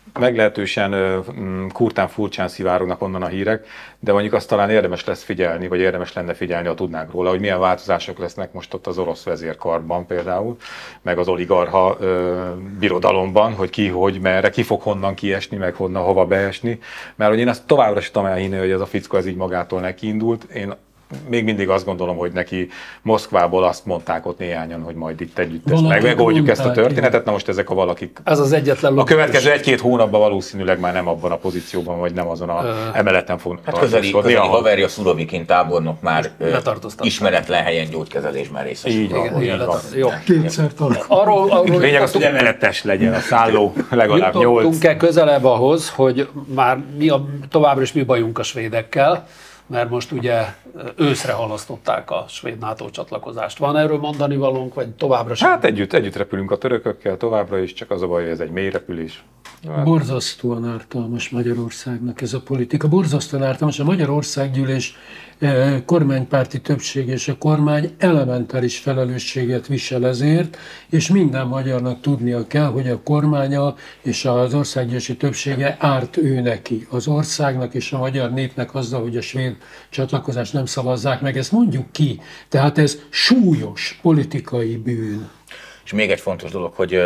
meglehetősen kurtán furcsán szivárognak onnan a hírek, de mondjuk azt talán érdemes lesz figyelni, vagy érdemes lenne figyelni, ha tudnánk róla, hogy milyen változások lesznek most ott az orosz vezérkarban például, meg az oligarcha ö, birodalomban, hogy ki, hogy, merre, ki fog honnan kiesni, meg honnan, hova beesni. Mert hogy én azt továbbra sem tudom elhinni, hogy ez a fickó ez így magától nekiindult. Én még mindig azt gondolom, hogy neki Moszkvából azt mondták ott néhányan, hogy majd itt együtt ezt meg megoldjuk ezt a történetet. Na most ezek a valakik Ez az egyetlen a következő egy-két hónapban valószínűleg már nem abban a pozícióban, vagy nem azon a emeleten fognak hát közeli, közeli haverja Szurovikin tábornok már ismeretlen helyen gyógykezelésben részesül. Így van, így van. Jó. Kétszer talán. Arról, arról lényeg az, hogy emeletes legyen a szálló, legalább nyolc. Jutottunk-e közelebb ahhoz, hogy már mi a, továbbra is mi bajunk a svédekkel, mert most ugye őszre halasztották a svéd NATO csatlakozást. Van erről mondani valónk, vagy továbbra sem? Hát együtt, együtt repülünk a törökökkel továbbra is, csak az a baj, hogy ez egy mély repülés. Borzasztóan ártalmas Magyarországnak ez a politika. Borzasztóan ártalmas. A Magyarországgyűlés kormánypárti többség és a kormány elementáris felelősséget visel ezért, és minden magyarnak tudnia kell, hogy a kormánya és az országgyűlési többsége árt ő neki, az országnak és a magyar népnek azzal, hogy a svéd csatlakozást nem szavazzák meg. Ezt mondjuk ki. Tehát ez súlyos politikai bűn. És még egy fontos dolog, hogy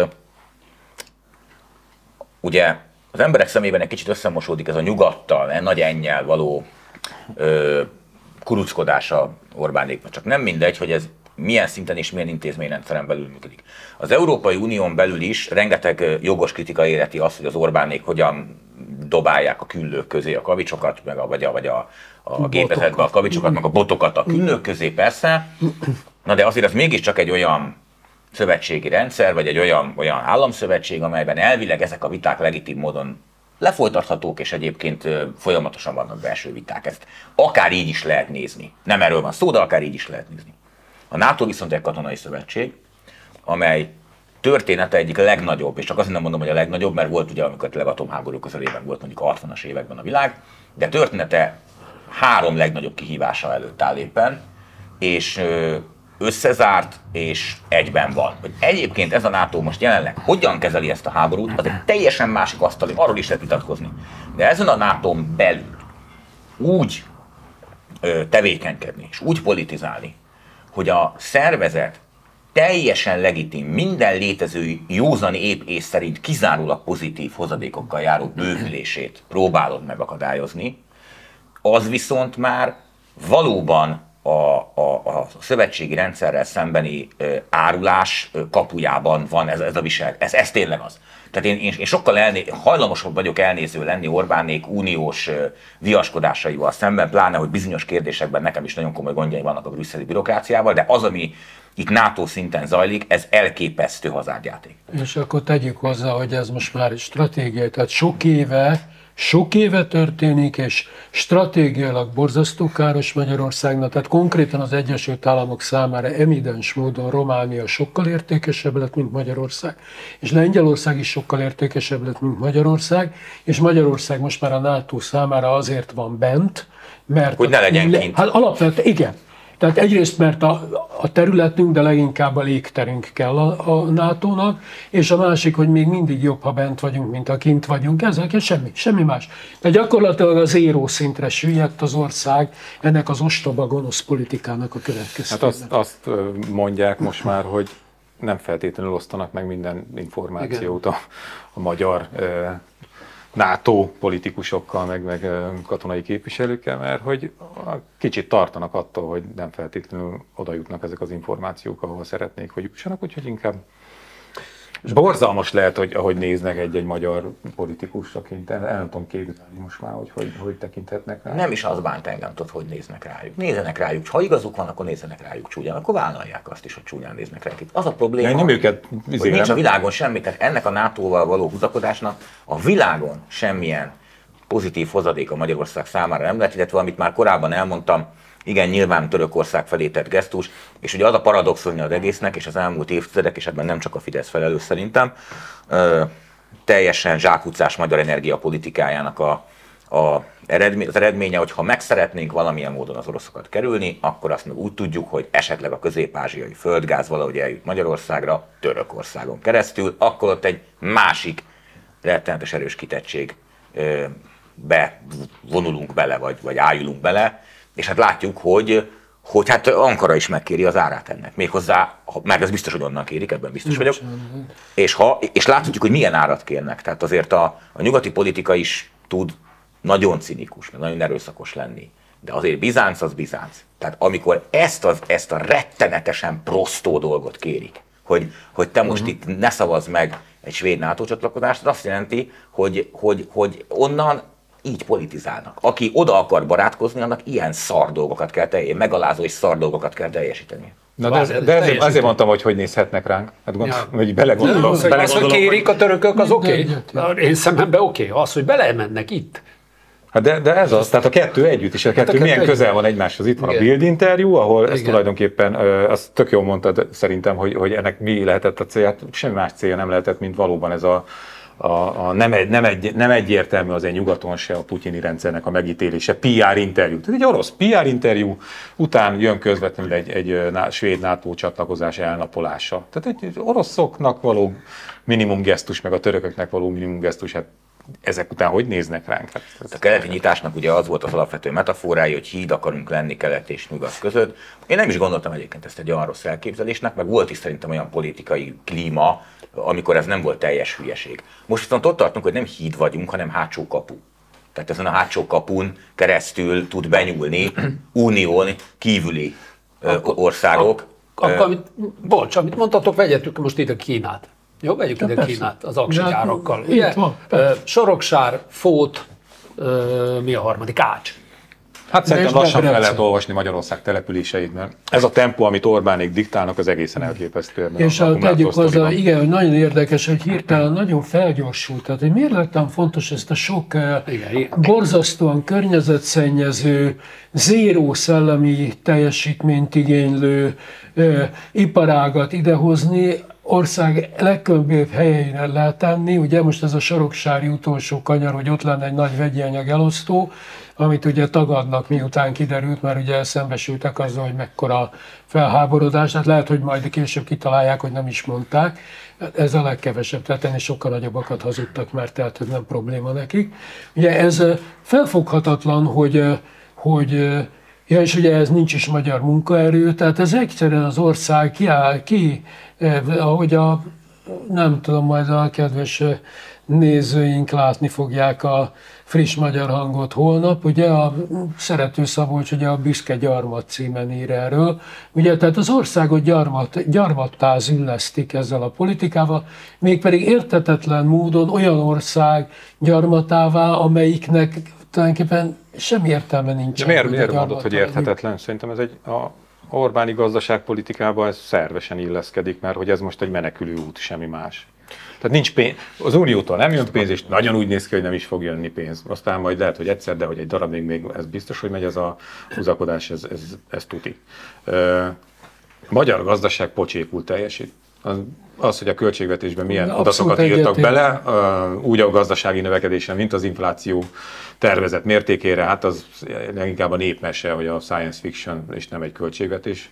ugye az emberek szemében egy kicsit összemosódik ez a nyugattal, nagy ennyel való ö, kuruckodása Orbánéknak. Csak nem mindegy, hogy ez milyen szinten és milyen intézményrendszeren belül működik. Az Európai Unión belül is rengeteg jogos kritika éreti azt, hogy az Orbánék hogyan dobálják a küllők közé a kavicsokat, meg a, vagy a, vagy a, a gépezetbe a kavicsokat, meg a botokat a küllők közé, persze. Na de azért az mégiscsak egy olyan szövetségi rendszer, vagy egy olyan, olyan államszövetség, amelyben elvileg ezek a viták legitim módon lefolytathatók, és egyébként folyamatosan vannak belső viták. Ezt akár így is lehet nézni. Nem erről van szó, de akár így is lehet nézni. A NATO viszont egy katonai szövetség, amely története egyik legnagyobb, és csak azért nem mondom, hogy a legnagyobb, mert volt ugye, amikor a legatomháború közelében volt mondjuk a hatvanas években a világ, de története három legnagyobb kihívása előtt áll éppen, és összezárt és egyben van. Hogy egyébként ez a NATO most jelenleg hogyan kezeli ezt a háborút, az egy teljesen másik asztali, arról is lehet vitatkozni. De ezen a nátón belül úgy ö, tevékenykedni és úgy politizálni, hogy a szervezet teljesen legitim, minden létező józan épp ész szerint kizárólag pozitív hozadékokkal járó bővülését próbálod megakadályozni, az viszont már valóban A, a, a szövetségi rendszerrel szembeni ö, árulás ö, kapujában van ez, ez a visel. Ez, ez tényleg az. Tehát én, én, én sokkal elné, hajlamosabb vagyok elnéző lenni Orbánék uniós ö, viaskodásaival szemben, pláne, hogy bizonyos kérdésekben nekem is nagyon komoly gondjai vannak a brüsszeli bürokráciával, de az, ami itt NATO szinten zajlik, ez elképesztő hazárjáték. És akkor tegyük hozzá, hogy ez most már egy stratégia, tehát sok éve Sok éve történik, és stratégiailag borzasztó káros Magyarországnak, tehát konkrétan az Egyesült Államok számára evidens módon Románia sokkal értékesebb lett, mint Magyarország, és Lengyelország is sokkal értékesebb lett, mint Magyarország, és Magyarország most már a NATO számára azért van bent, mert... Hogy ne legyen kint. Hát alapvetően igen. Tehát egyrészt, mert a, a területünk, de leginkább a légterünk kell a, a nátónak, és a másik, hogy még mindig jobb, ha bent vagyunk, mint ha kint vagyunk. Ezek semmi, semmi más. De gyakorlatilag az éró szintre süllyedt az ország ennek az ostoba gonosz politikának a következtében. Hát azt, azt mondják most már, hogy nem feltétlenül osztanak meg minden információt a, a magyar eh, NATO politikusokkal, meg, meg katonai képviselőkkel, mert hogy kicsit tartanak attól, hogy nem feltétlenül oda jutnak ezek az információk, ahol szeretnék, hogy jussanak, úgyhogy inkább borzalmas lehet, hogy ahogy néznek egy-egy magyar politikusaként, el, el nem tudom képzelni most már, hogy, hogy hogy tekinthetnek rá. Nem is az bánt engem, tudod, hogy néznek rájuk. Nézzenek rájuk, ha igazuk van, akkor nézzenek rájuk csúnyán, akkor vállalják azt is, hogy csúnyán néznek rájuk. Az a probléma, ja, nem őket, hogy nincs a világon semmi, tehát ennek a nátóval való húzakodásnak a világon semmilyen pozitív hozadék a Magyarország számára nem lett, illetve amit már korábban elmondtam, igen, nyilván Törökország felé tett gesztus, és ugye az a paradoxonja az egésznek, és az elmúlt évtizedek, és ebben nem csak a Fidesz felelős szerintem, ö, teljesen zsákutcás magyar energiapolitikájának a, a eredmény, az eredménye, hogy ha meg szeretnénk valamilyen módon az oroszokat kerülni, akkor azt meg úgy tudjuk, hogy esetleg a közép-ázsiai földgáz valahogy eljut Magyarországra, Törökországon keresztül, akkor ott egy másik rettenetes erős kitettség be vonulunk bele, vagy, vagy ájulunk bele, és hát látjuk, hogy, hogy hát Ankara is megkéri az árát ennek. Méghozzá, mert ez biztos, hogy onnan kérik, ebben biztos vagyok. És, ha, és láthatjuk, hogy milyen árat kérnek. Tehát azért a, a nyugati politika is tud nagyon cinikus, meg nagyon erőszakos lenni. De azért Bizánc az Bizánc. Tehát amikor ezt, az, ezt a rettenetesen prostó dolgot kérik, hogy, hogy te most uh-huh. itt ne szavazz meg egy svéd NATO csatlakozást, az azt jelenti, hogy, hogy, hogy onnan így politizálnak. Aki oda akar barátkozni, annak ilyen szar dolgokat kell teljesíteni, megalázó és szar dolgokat kell teljesíteni. Na de, ez, de ezért, azért mondtam, hogy hogy nézhetnek ránk. Hát gond, ja. hogy belegondolom. Az, belegondolom, az, hogy kérik a törökök, az oké. Okay. Én szememben oké. Okay. Az, hogy belemennek itt. Hát de, de ez az, tehát a kettő együtt is, a kettő, hát a kettő milyen egy... közel van egymáshoz. Itt van igen. a Bild interjú, ahol igen. ezt tulajdonképpen, azt tök jól mondtad szerintem, hogy, hogy ennek mi lehetett a célja, semmi más célja nem lehetett, mint valóban ez a, a, a nem, egy, nem, egy, nem egyértelmű az egy nyugaton se a putyini rendszernek a megítélése, pé er interjú. Tehát egy orosz pé er interjú, után jön közvetlenül egy, egy, egy svéd NATO csatlakozás elnapolása. Tehát egy oroszoknak való minimum gesztus, meg a törököknek való minimum gesztus, hát ezek után hogy néznek ránk? Hát, a keleti nyitásnak ugye az volt az alapvető metaforája, hogy híd akarunk lenni kelet és nyugat között. Én nem is gondoltam egyébként ezt egy olyan rossz elképzelésnek, meg volt is szerintem olyan politikai klíma, amikor ez nem volt teljes hülyeség. Most viszont ott tartunk, hogy nem híd vagyunk, hanem hátsó kapu. Tehát ezen a hátsó kapun keresztül tud benyúlni unión kívüli akkor, országok. Akkor, amit, bocs, amit mondtatok, vegyettük most ide Kínát. Jó, vegyük ide persze. Kínát az aksigyárakkal. Ugye? Van, Soroksár, Fót, mi a harmadik? Ács. Hát szerintem lassan fel lehet olvasni Magyarország településeit, mert ez a tempó, amit Orbánék diktálnak, az egészen elképesztő. És a, tegyük hozzá, igen, hogy nagyon érdekes, hogy hirtelen nagyon felgyorsult. Tehát, hogy miért lettem fontos ezt a sok igen, borzasztóan környezetszennyező, zéró szellemi teljesítményt igénylő uh, iparágat idehozni, ország legkülönbözőbb helyeire lehet tenni. Ugye most ez a soroksári utolsó kanyar, hogy ott lenne egy nagy vegyi anyag elosztó, amit ugye tagadnak, miután kiderült, mert ugye szembesültek azzal, hogy mekkora felháborodás. Hát lehet, hogy majd később kitalálják, hogy nem is mondták. Ez a legkevesebb, tehát ennél sokkal nagyobbakat hazudtak, mert tehát ez nem probléma nekik. Ugye ez felfoghatatlan, hogy, hogy ja, és ugye ez nincs is magyar munkaerő, tehát ez egyszerűen az ország kiáll ki, ahogy a, nem tudom, majd a kedves nézőink látni fogják a friss magyar hangot holnap, ugye a Szerető Szabolcs ugye a Büszke Gyarmat címen ír erről, ugye tehát az országot gyarmat, gyarmattá züllesztik ezzel a politikával, mégpedig érthetetlen módon olyan ország gyarmatává, amelyiknek tulajdonképpen semmi értelme nincs. De miért, miért mondod, hogy érthetetlen? Szerintem ez egy a Orbáni gazdaságpolitikában ez szervesen illeszkedik, mert hogy ez most egy menekülő út, semmi más. Tehát nincs pénz, az Uniótól nem jön pénz, és nagyon úgy néz ki, hogy nem is fog jönni pénz. Aztán majd lehet, hogy egyszer, de hogy egy darabig még ez biztos, hogy megy ez a húzakodás, ez, ez, ez tuti. A magyar gazdaság pocsékul teljesít. Az, az, hogy a költségvetésben milyen adatokat írtak bele, úgy a gazdasági növekedésen, mint az infláció tervezett mértékére, hát az leginkább a népmese, hogy a science fiction, és nem egy költségvetés.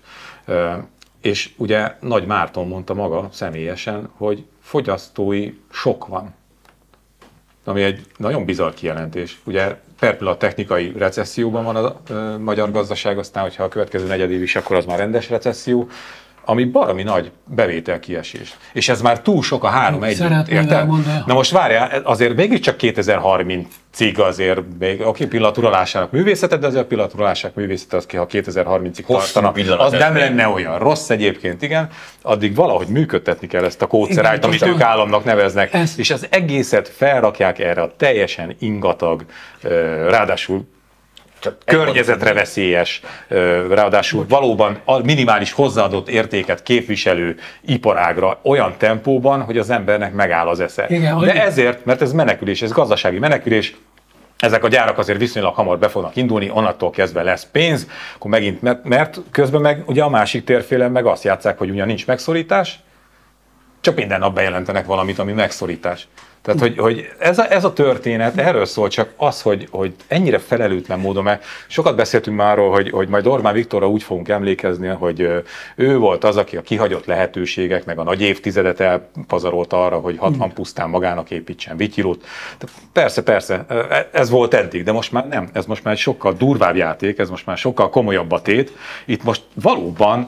És ugye Nagy Márton mondta maga személyesen, hogy fogyasztói sok van. Ami egy nagyon bizarr kijelentés. Ugye per pillanat technikai recesszióban van a magyar gazdaság, aztán, hogyha a következő negyedév is, akkor az már rendes recesszió, ami baromi nagy bevétel kiesés. És ez már túl sok a három együtt, érted? Na most várjál, azért mégiscsak kétezer-harmincig azért, még oké, pillanaturalásának művészete, de azért a pillanaturalásának művészete az ki, ha kétezer-harmincig tartana, az nem lenne olyan rossz egyébként, igen, addig valahogy működtetni kell ezt a kódszerájt, amit ők államnak neveznek, ez. És az egészet felrakják erre a teljesen ingatag, ráadásul környezetre veszélyes, ráadásul valóban a minimális hozzáadott értéket képviselő iparágra olyan tempóban, hogy az embernek megáll az esze. Igen, de ezért, mert ez menekülés, ez gazdasági menekülés, ezek a gyárak azért viszonylag hamar be fognak indulni, onnantól kezdve lesz pénz, akkor megint, mert, mert közben meg ugye a másik térfélen meg azt játsszák, hogy ugyan nincs megszorítás, csak minden nap bejelentenek valamit, ami megszorítás. Tehát, hogy, hogy ez, a, ez a történet erről szól, csak az, hogy, hogy ennyire felelőtlen módon, mert sokat beszéltünk már arról, hogy, hogy majd Orbán Viktorra úgy fogunk emlékezni, hogy ő volt az, aki a kihagyott lehetőségek, meg a nagy évtizedet elpazarolta arra, hogy hatvan pusztán magának építsen Vityilót. Persze, persze, ez volt eddig, de most már nem. Ez most már egy sokkal durvább játék, ez most már sokkal komolyabb a tét. Itt most valóban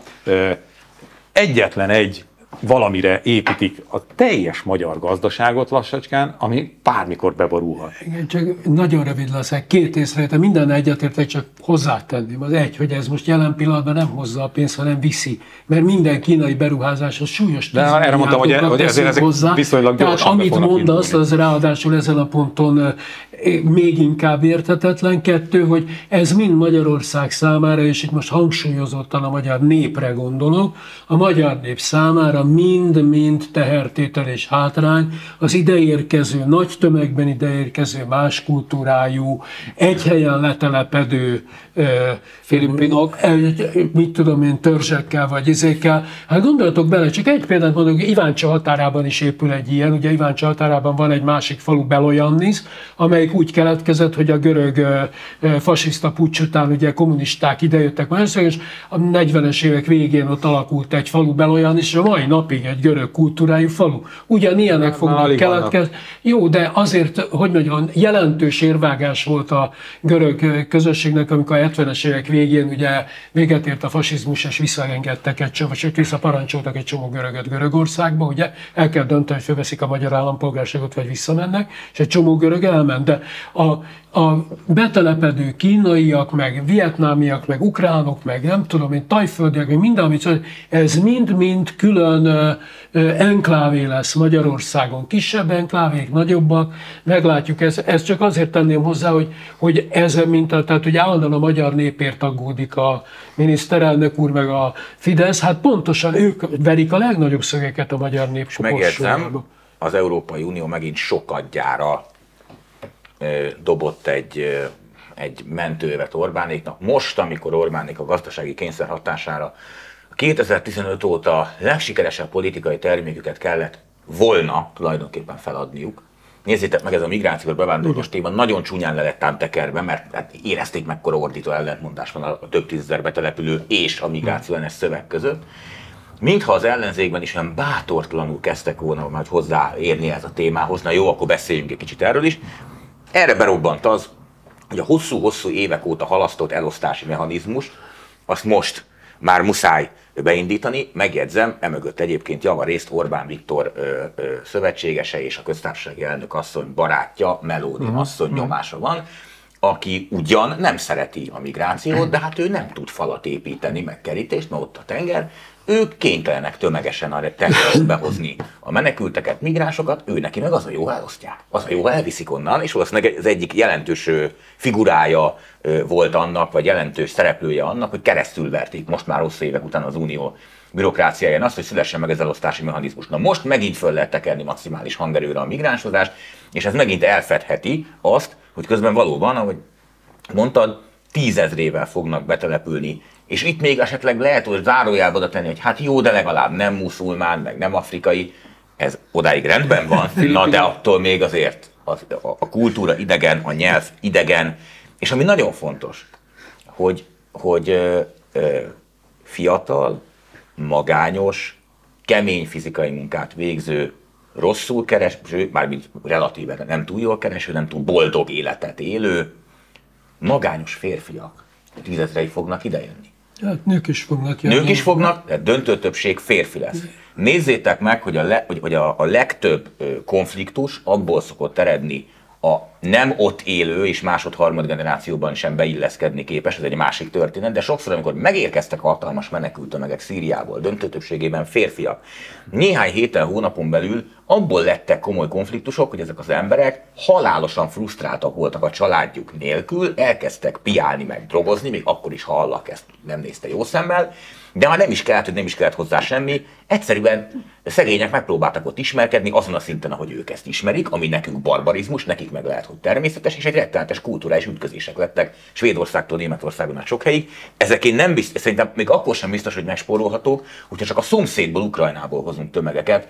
egyetlen egy valamire építik a teljes magyar gazdaságot lassacskán, ami bármikor beborulhat. Igen, csak nagyon rövid leszek, két észrevétel, minden egyetértek, csak hozzátenném. Az egy, hogy ez most jelen pillanatban nem hozza a pénzt, hanem viszi. Mert minden kínai beruházás az súlyos de erre mondtam, hogy, hogy ezért ezek hozzá. Viszonylag Tehát amit mondasz, az ráadásul ezen a ponton még inkább érthetetlen. Kettő, hogy ez mind Magyarország számára, és itt most hangsúlyozottan a magyar népre gondolok, a magyar nép számára mind-mind tehertétel és hátrány, az ideérkező, nagy tömegben ideérkező, más kultúrájú, egy helyen letelepedő filipinok, mit tudom én, törzsekkel vagy izékkel. Hát gondoljatok bele, csak egy példát mondok, Iváncsa határában is épül egy ilyen, ugye Iváncsa határában van egy másik falu, Belojannis, amelyik úgy keletkezett, hogy a görög fasiszta puccs után ugye kommunisták idejöttek Magyarországon, és a negyvenes évek végén ott alakult egy falu, Belojannis, és a mai napig egy görög kultúrájú falu. Ugyanilyenek fognak keletkezni. Jó, de azért, hogy mondjam, jelentős érvágás volt a görög közösségnek, amikor a hetvenes évek végén ugye véget ért a fasizmus, és visszaengedtek egy csomó, sőt visszaparancsoltak egy csomó görögöt Görögországba, ugye el kell dönteni, hogy fölveszik a magyar állampolgárságot, vagy visszamennek, és egy csomó görög elment, de a, a betelepedő kínaiak, meg vietnámiak, meg ukránok, meg nem tudom én, tajföldiek, meg minden, amit ez mind-mind külön uh, enklávé lesz Magyarországon. Kisebb enklávék, nagyobbak, meglátjuk, ez, ez csak azért tenném hozzá, hogy, hogy ez mint a, tehát hogy állandóan a magyar népért aggódik a miniszterelnök úr, meg a Fidesz, hát pontosan ők verik a legnagyobb szögeket a magyar nép megjegyzem, az Európai Unió megint sokadjára dobott egy, egy mentőövet Orbánéknak. Most, amikor Orbánék a gazdasági kényszer hatására kétezer-tizenöt óta legsikeresebb politikai terméküket kellett volna tulajdonképpen feladniuk. Nézzétek meg, ez a migrációs bevándorlás téma nagyon csúnyán le lett ám tekerve, mert hát érezték, mekkora ordító ellentmondás van a több tízezer betelepülő és a migráció ellenes szöveg között. Mintha az ellenzékben is olyan bátortalanul kezdtek volna majd hozzáérni ez a témához, na jó, akkor beszéljünk egy kicsit erről is. Erre berobbant az, hogy a hosszú-hosszú évek óta halasztott elosztási mechanizmus, azt most már muszáj beindítani, megjegyzem, emögött egyébként javarészt Orbán Viktor ö, ö, szövetségese és a köztársasági elnök asszony barátja, Meloni uh-huh. asszony nyomása van, aki ugyan nem szereti a migrációt, de hát ő nem tud falat építeni, meg kerítést, mert ott a tenger, ők kénytelenek tömegesen a tengerbe behozni a menekülteket, migránsokat, ő neki meg az a jó, elosztják. Az a jó, elviszik onnan, és valószínűleg az egyik jelentős figurája volt annak, vagy jelentős szereplője annak, hogy keresztülverték most már hosszú évek után az unió bürokráciáján azt, hogy szülessen meg az elosztási mechanizmus. Na most megint föl lehet tekerni maximális hangerőre a migránsozást, és ez megint elfedheti azt, hogy közben valóban, ahogy mondtad, tízezrével fognak betelepülni. És itt még esetleg lehet, hogy zárójelbe oda tenni, hogy hát jó, de legalább nem muszulmán, meg nem afrikai. Ez odáig rendben van, na de attól még azért a, a, a kultúra idegen, a nyelv idegen. És ami nagyon fontos, hogy, hogy ö, ö, fiatal, magányos, kemény fizikai munkát végző, rosszul kereső, mármint relatíven nem túl jól kereső, nem túl boldog életet élő, magányos férfiak tízezrei fognak idejönni. Hát nők is fognak jönni. Nők is fognak, de döntő többség férfi lesz. Nézzétek meg, hogy a, le, hogy, hogy a, a legtöbb konfliktus abból szokott eredni, a nem ott élő és másod-harmad generációban sem beilleszkedni képes, ez egy másik történet, de sokszor, amikor megérkeztek hatalmas menekültömegek Szíriából, döntő többségében férfiak, néhány héten, hónapon belül abból lettek komoly konfliktusok, hogy ezek az emberek halálosan frusztráltak voltak a családjuk nélkül, elkezdtek piálni meg drogozni, még akkor is, ha Allah ezt nem nézte jó szemmel, de már nem is kellett, hogy nem is kellett hozzá semmi, egyszerűen szegények megpróbáltak ott ismerkedni azon a szinten, ahogy ők ezt ismerik, ami nekünk barbarizmus, nekik meg lehet, hogy természetes, és egy rettenetes kulturális ütközések lettek Svédországtól Németországon át sok helyig. Ezek én nem biztos, szerintem még akkor sem biztos, hogy megspórolhatók, hogyha csak a szomszédból, Ukrajnából hozunk tömegeket,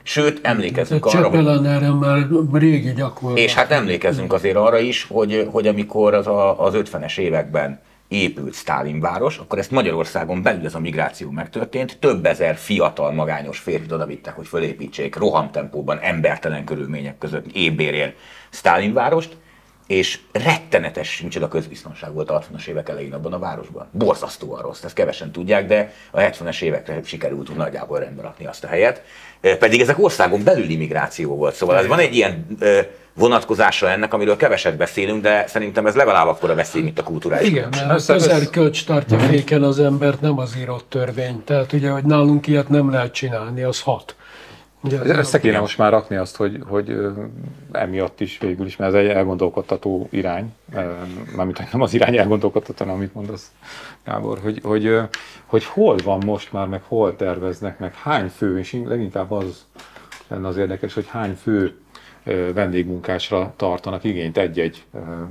Sőt, emlékezzünk hát arra, hogy... Csepelen erre már régi gyakorlat. És hát emlékezzünk azért arra is, hogy, hogy amikor az, a, az ötvenes években épült Sztálinváros, akkor ezt Magyarországon belül ez a migráció megtörtént, több ezer fiatal, magányos férfit odavittek, hogy fölépítsék rohamtempóban, embertelen körülmények között ébérén Sztálinvárost, és rettenetes, micsoda közbiztonság volt a hatvanas évek elején abban a városban. Borzasztóan rossz, ezt kevesen tudják, de a hetvenes évekre sikerült úgy nagyjából rendbe rakni azt a helyet. Pedig ezek országon belüli migráció volt, szóval ez van egy ilyen vonatkozása ennek, amiről keveset beszélünk, de szerintem ez legalább akkora veszély, mint a kulturális. Igen, mert az ezer kölcs tartja féken az embert, nem az írott törvény. Tehát ugye, hogy nálunk ilyet nem lehet csinálni, az hat. Ugye, össze kéne most már rakni azt, hogy, hogy emiatt is végül is, mert ez egy elgondolkodtató irány, mármint hogy nem az irány elgondolkodtató, amit mondasz, Gábor, hogy, hogy, hogy hol van most már, meg hol terveznek, meg hány fő, és leginkább az lenne az érdekes, hogy hány fő vendégmunkásra tartanak igényt egy-egy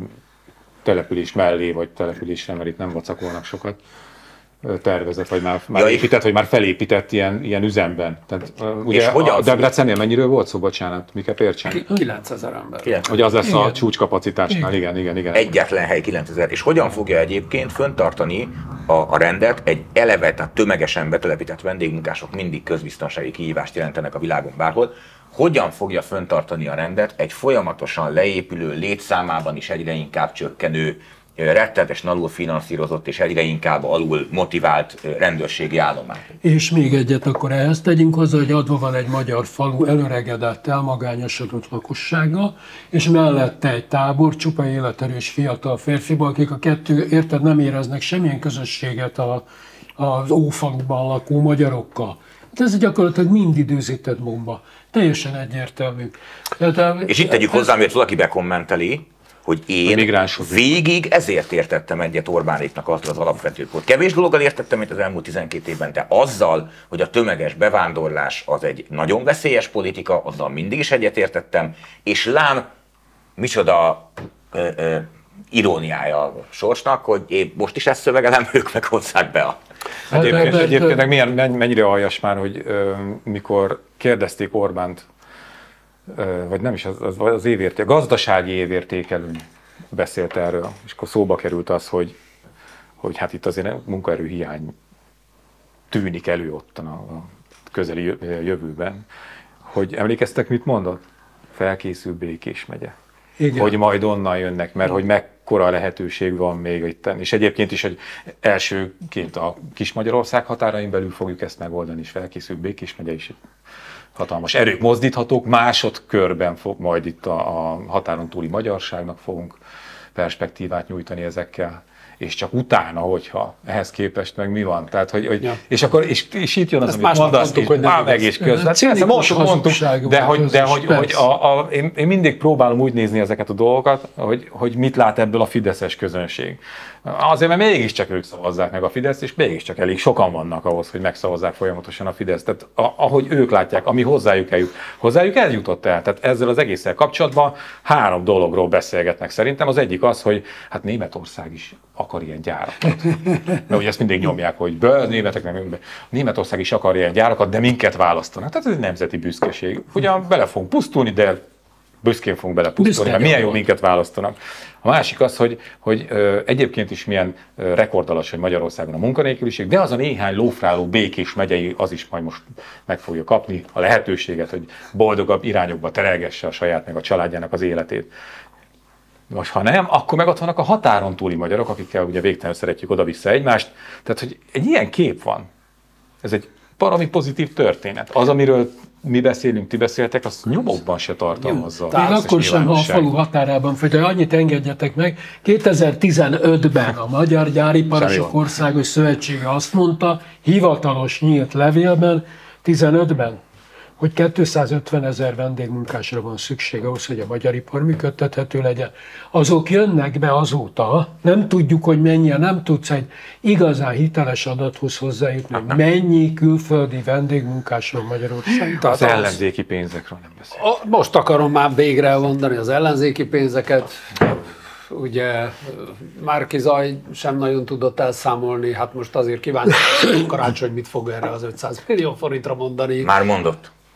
település mellé, vagy településre, mert itt nem vacakolnak sokat, tervezett, vagy már, már ja, épített, vagy már felépített ilyen, ilyen üzemben. Tehát, ugye a Debrecennél mennyiről volt szó, bocsánat, miket értsen? kilencezer ember. Hogy az lesz igen. A csúcskapacitásnál, igen, igen, igen. Egyetlen hely kilencezer. És hogyan fogja egyébként fenntartani a, a rendet egy eleve, tehát tömegesen betelepített vendégmunkások mindig közbiztonsági kihívást jelentenek a világon bárhol. Hogyan fogja fenntartani a rendet egy folyamatosan leépülő, létszámában is egyre inkább csökkenő, rettenetes alul finanszírozott és egyre inkább alul motivált rendőrségi állomány. És még egyet akkor ehhez tegyünk hozzá, hogy adva van egy magyar falu előregedett, elmagányosodott lakossága, és mellette egy tábor csupa életerős fiatal férfiból, akik a kettő, érted, nem éreznek semmilyen közösséget a, az ófaluban lakó magyarokkal. Hát ez gyakorlatilag mind időzített bomba. Teljesen egyértelmű. Tehát, és itt tegyük hozzá, mert valaki bekommenteli, hogy én végig ezért értettem egyet Orbánéknak azt az alapvető volt. Kevés dologgal értettem, mint az elmúlt tizenkét évben, de azzal, hogy a tömeges bevándorlás az egy nagyon veszélyes politika, azzal mindig is egyet értettem, és lám, micsoda ö, ö, iróniája a sorsnak, hogy én most is ezt szövegelem, ők meg hozzák be a... Hát egyébként, egyébként milyen, mennyire aljas már, hogy ö, mikor kérdezték Orbánt, vagy nem is, az, az, az évérték, a gazdasági évértékelőn beszélt erről, és akkor szóba került az, hogy, hogy hát itt azért munkaerőhiány tűnik elő ott a közeli jövőben. Hogy emlékeztek, mit mondott? Felkészül Békés megye. Igen. Hogy majd onnan jönnek, mert hogy mekkora lehetőség van még itt. És egyébként is, hogy elsőként a kis Magyarország határain belül fogjuk ezt megoldani, és felkészül Békés megye is. Hatalmas erők mozdíthatók, másodkörben fog majd itt a, a határon túli magyarságnak fogunk perspektívát nyújtani ezekkel, és csak utána, hogyha ehhez képest meg mi van. Tehát, hogy, hogy, ja. és, akkor, és, és itt jön az, ezt amit mondasz, és már meg is köz. Hát persze, most mondtuk, de, hogy, de hogy, hogy a, a, én, én mindig próbálom úgy nézni ezeket a dolgokat, hogy, hogy mit lát ebből a fideszes közönség. Azért, mert mégiscsak ők szavazzák meg a Fideszt, és mégiscsak elég sokan vannak ahhoz, hogy megszavazzák folyamatosan a Fideszt. Tehát a, ahogy ők látják, ami hozzájuk eljut, hozzájuk eljutott el. Tehát ezzel az egésszel kapcsolatban három dologról beszélgetnek szerintem. Az egyik az, hogy hát Németország is akar ilyen gyárakat. Mert ugye ezt mindig nyomják, hogy bő, németek nem, Németország is akar ilyen gyárakat, de minket választanak. Tehát ez egy nemzeti büszkeség. Ugyan bele fogunk pusztulni, de büszkén fogunk bele pusztulni, mert milyen jó minket választanak. A másik az, hogy, hogy ö, egyébként is milyen ö, rekordalacsony Magyarországon a munkanélküliség, de az a néhány lófráló Békés megyei, az is majd most meg fogja kapni a lehetőséget, hogy boldogabb irányokba terelgesse a saját meg a családjának az életét. Most ha nem, akkor meg ott vannak a határon túli magyarok, akikkel ugye végtelenül szeretjük oda-vissza egymást. Tehát, hogy egy ilyen kép van. Ez egy baromi pozitív történet. Az, amiről mi beszélünk, ti beszéltek, az nyomokban se tartalmazza. Még akkor sem, ha a falu határában fogy, de annyit engedjetek meg, kétezer-tizenötben a Magyar Gyáriparosok Országos Szövetsége azt mondta, hivatalos nyílt levélben, tizenötben, hogy kétszázötven ezer vendégmunkásra van szükség ahhoz, hogy a magyar ipar működtethető legyen. Azok jönnek be azóta, nem tudjuk, hogy mennyien, nem tudsz egy igazán hiteles adathoz hozzájutni, hogy mennyi külföldi vendégmunkás van Magyarországon. Az ellenzéki pénzekről nem beszél. Most akarom már végre elmondani az ellenzéki pénzeket. Ugye Márki Zaj sem nagyon tudott elszámolni, hát most azért kíváncsi, Karácsony mit fog erre az ötszáz millió forintra mondani. Már mondott.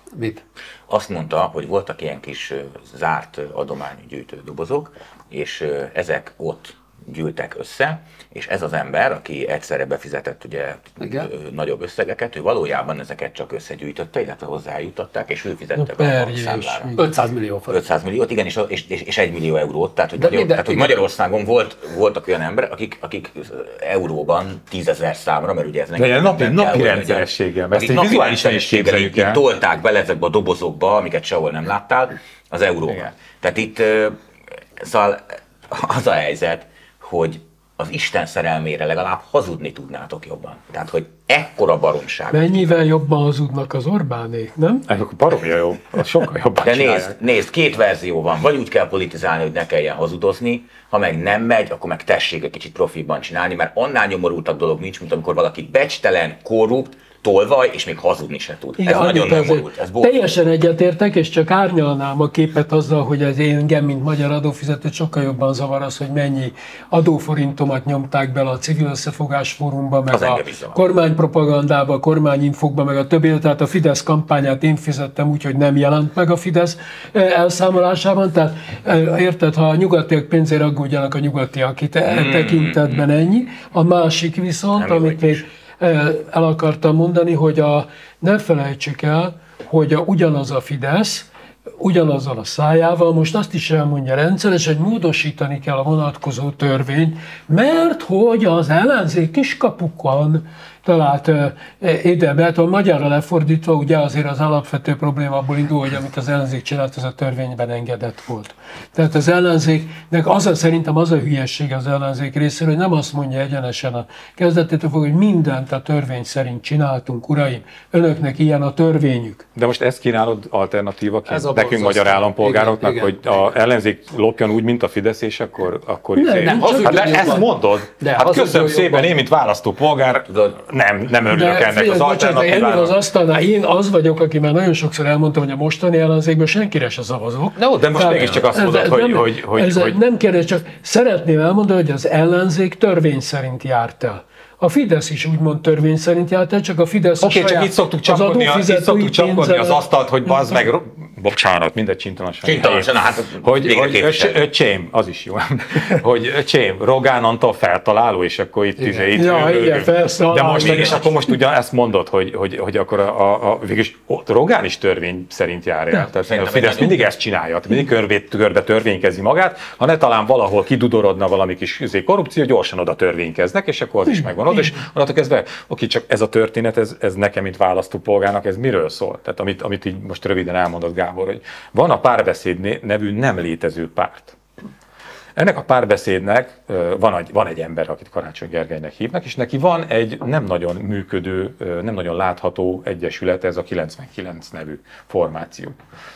Mit? Azt mondta, hogy voltak ilyen kis zárt adománygyűjtő dobozok, és ezek ott gyűltek össze, és ez az ember, aki egyszerre befizetett ugye Igen. nagyobb összegeket, ő valójában ezeket csak összegyűjtötte, illetve hozzájuttatták, és ő fizette Na, be a perjés. számlára. ötszáz millió forint. ötszáz milliót, igen, és, és, és, és egy millió eurót. Tehát, hogy, De Magyar, minden- tehát, hogy igen. Magyarországon volt, voltak olyan emberek, akik, akik euróban tízezer számra, mert ugye ez De ilyen napi- kell, napi hogy legyen, rendszerességgel, mert akik ezt egy napi vizuálisan is rendszerességgel képzeljük így- el. így tolták bele ezekbe a dobozokba, amiket sehol nem láttál, az euróba. Igen. Tehát itt ö, szóval az a helyzet, hogy az Isten szerelmére legalább hazudni tudnátok jobban. Tehát, hogy ekkora baromság. Mennyivel jobban hazudnak az Orbánék, nem? Akkor baromja jó, az sokkal jobban De csinálják. nézd, nézd, két verzió van. Vagy úgy kell politizálni, hogy ne kelljen hazudozni, ha meg nem megy, akkor meg tessék egy kicsit profibban csinálni, mert annál nyomorultabb dolog nincs, mint amikor valaki becstelen, korrupt, tolvaj, és még hazudni se tud. Igen, ez nagyon annyit azért nyomorult, ez borzasztó. teljesen egyetértek, és csak árnyalnám a képet azzal, hogy az én engem, mint magyar adófizető sokkal jobban zavar az, hogy mennyi adóforintomat nyomták bele a Civil Összefogás Fórumba, meg Az a engem is zavar. kormánypropagandába, a kormányinfokba, meg a többi, tehát a Fidesz kampányát én fizettem úgy, hogy nem jelent meg a Fidesz eh, elszámolásában, tehát eh, érted, ha a nyugatiak pénzért aggódjanak a nyugatiak, itt e tekintetben ennyi. A másik viszont, Nem jó, amit hogy még el akartam mondani, hogy a, ne felejtsük el, hogy a, ugyanaz a Fidesz, ugyanazzal a szájával most azt is elmondja rendszeresen, hogy módosítani kell a vonatkozó törvényt, mert hogy az ellenzék kiskapukon talált ide, mert a magyarra lefordítva ugye azért az alapvető probléma abból indul, hogy amit az ellenzék csinált, az a törvényben engedett volt. Tehát az ellenzéknek az a, szerintem az a hülyesség az ellenzék részéről, hogy nem azt mondja egyenesen a kezdetétől fog, hogy mindent a törvény szerint csináltunk, uraim, önöknek ilyen a törvényük. De most ezt kínálod alternatívaként Ez a nekünk borzasztó. magyar állampolgároknak, Igen, hogy igen, a ellenzék lopjon úgy, mint a Fidesz, és akkor, akkor Nem, izé- nem, hát hazudjon de ezt jobban. mondod? De hát hazudjon köszönöm szépen, jobban. én, mint választópolgár, Tudod, nem, nem örülök ennek figyelj, az bocsánat, ennél az alternatívának. asztalnál én az vagyok, aki már nagyon sokszor elmondta, hogy a mostani ellenzékből senkire se szavazok. No, de most Tehát mégiscsak azt ez- mondod, ez hogy- nem- hogy- hogy- ez hogy- nem kérdés, csak szeretném elmondani, hogy az ellenzék törvény szerint járt el. A Fidesz is úgymond törvény szerint járt el, csak a Fidesz a Oké, csak saját- itt szoktuk az csapkodni, a, itt adófizetői szoktuk csapkodni az pénzzel- asztalt, hogy bazd meg, ro- bocsánat, mindegy csintalanság. Csintalanság, hát hogy, végre hogy képviselő. öcs- öcsém, az is jó, hogy öcsém, Rogán Antal feltaláló, és akkor itt, izé, itt Ja, ő- ő- igen, ő- felszalál, de most igen. és akkor most ugye ezt mondod, hogy, hogy, hogy akkor a, a, a végülis ott Rogán is törvény szerint jár el. Tehát a Szerintem Fidesz egy mindig ezt csinálja, mindig körbe, körbe törvénykezi magát, ha ne talán valahol kidudorodna valami kis izé, korrupció, gyorsan oda törvénykeznek, és akkor az is megvan oda, és onnantól kezdve, oké, csak ez a történet, ez, ez nekem, mint választópolgárnak, ez miről szól? Tehát amit, amit így most röviden elmondott Gábor, hogy van a Párbeszéd né- nevű nem létező párt. Ennek a párbeszédnek ö, van egy, van egy ember, akit Karácsony Gergelynek hívnak, és neki van egy nem nagyon működő, ö, nem nagyon látható egyesület, ez a kilencvenkilenc nevű formáció.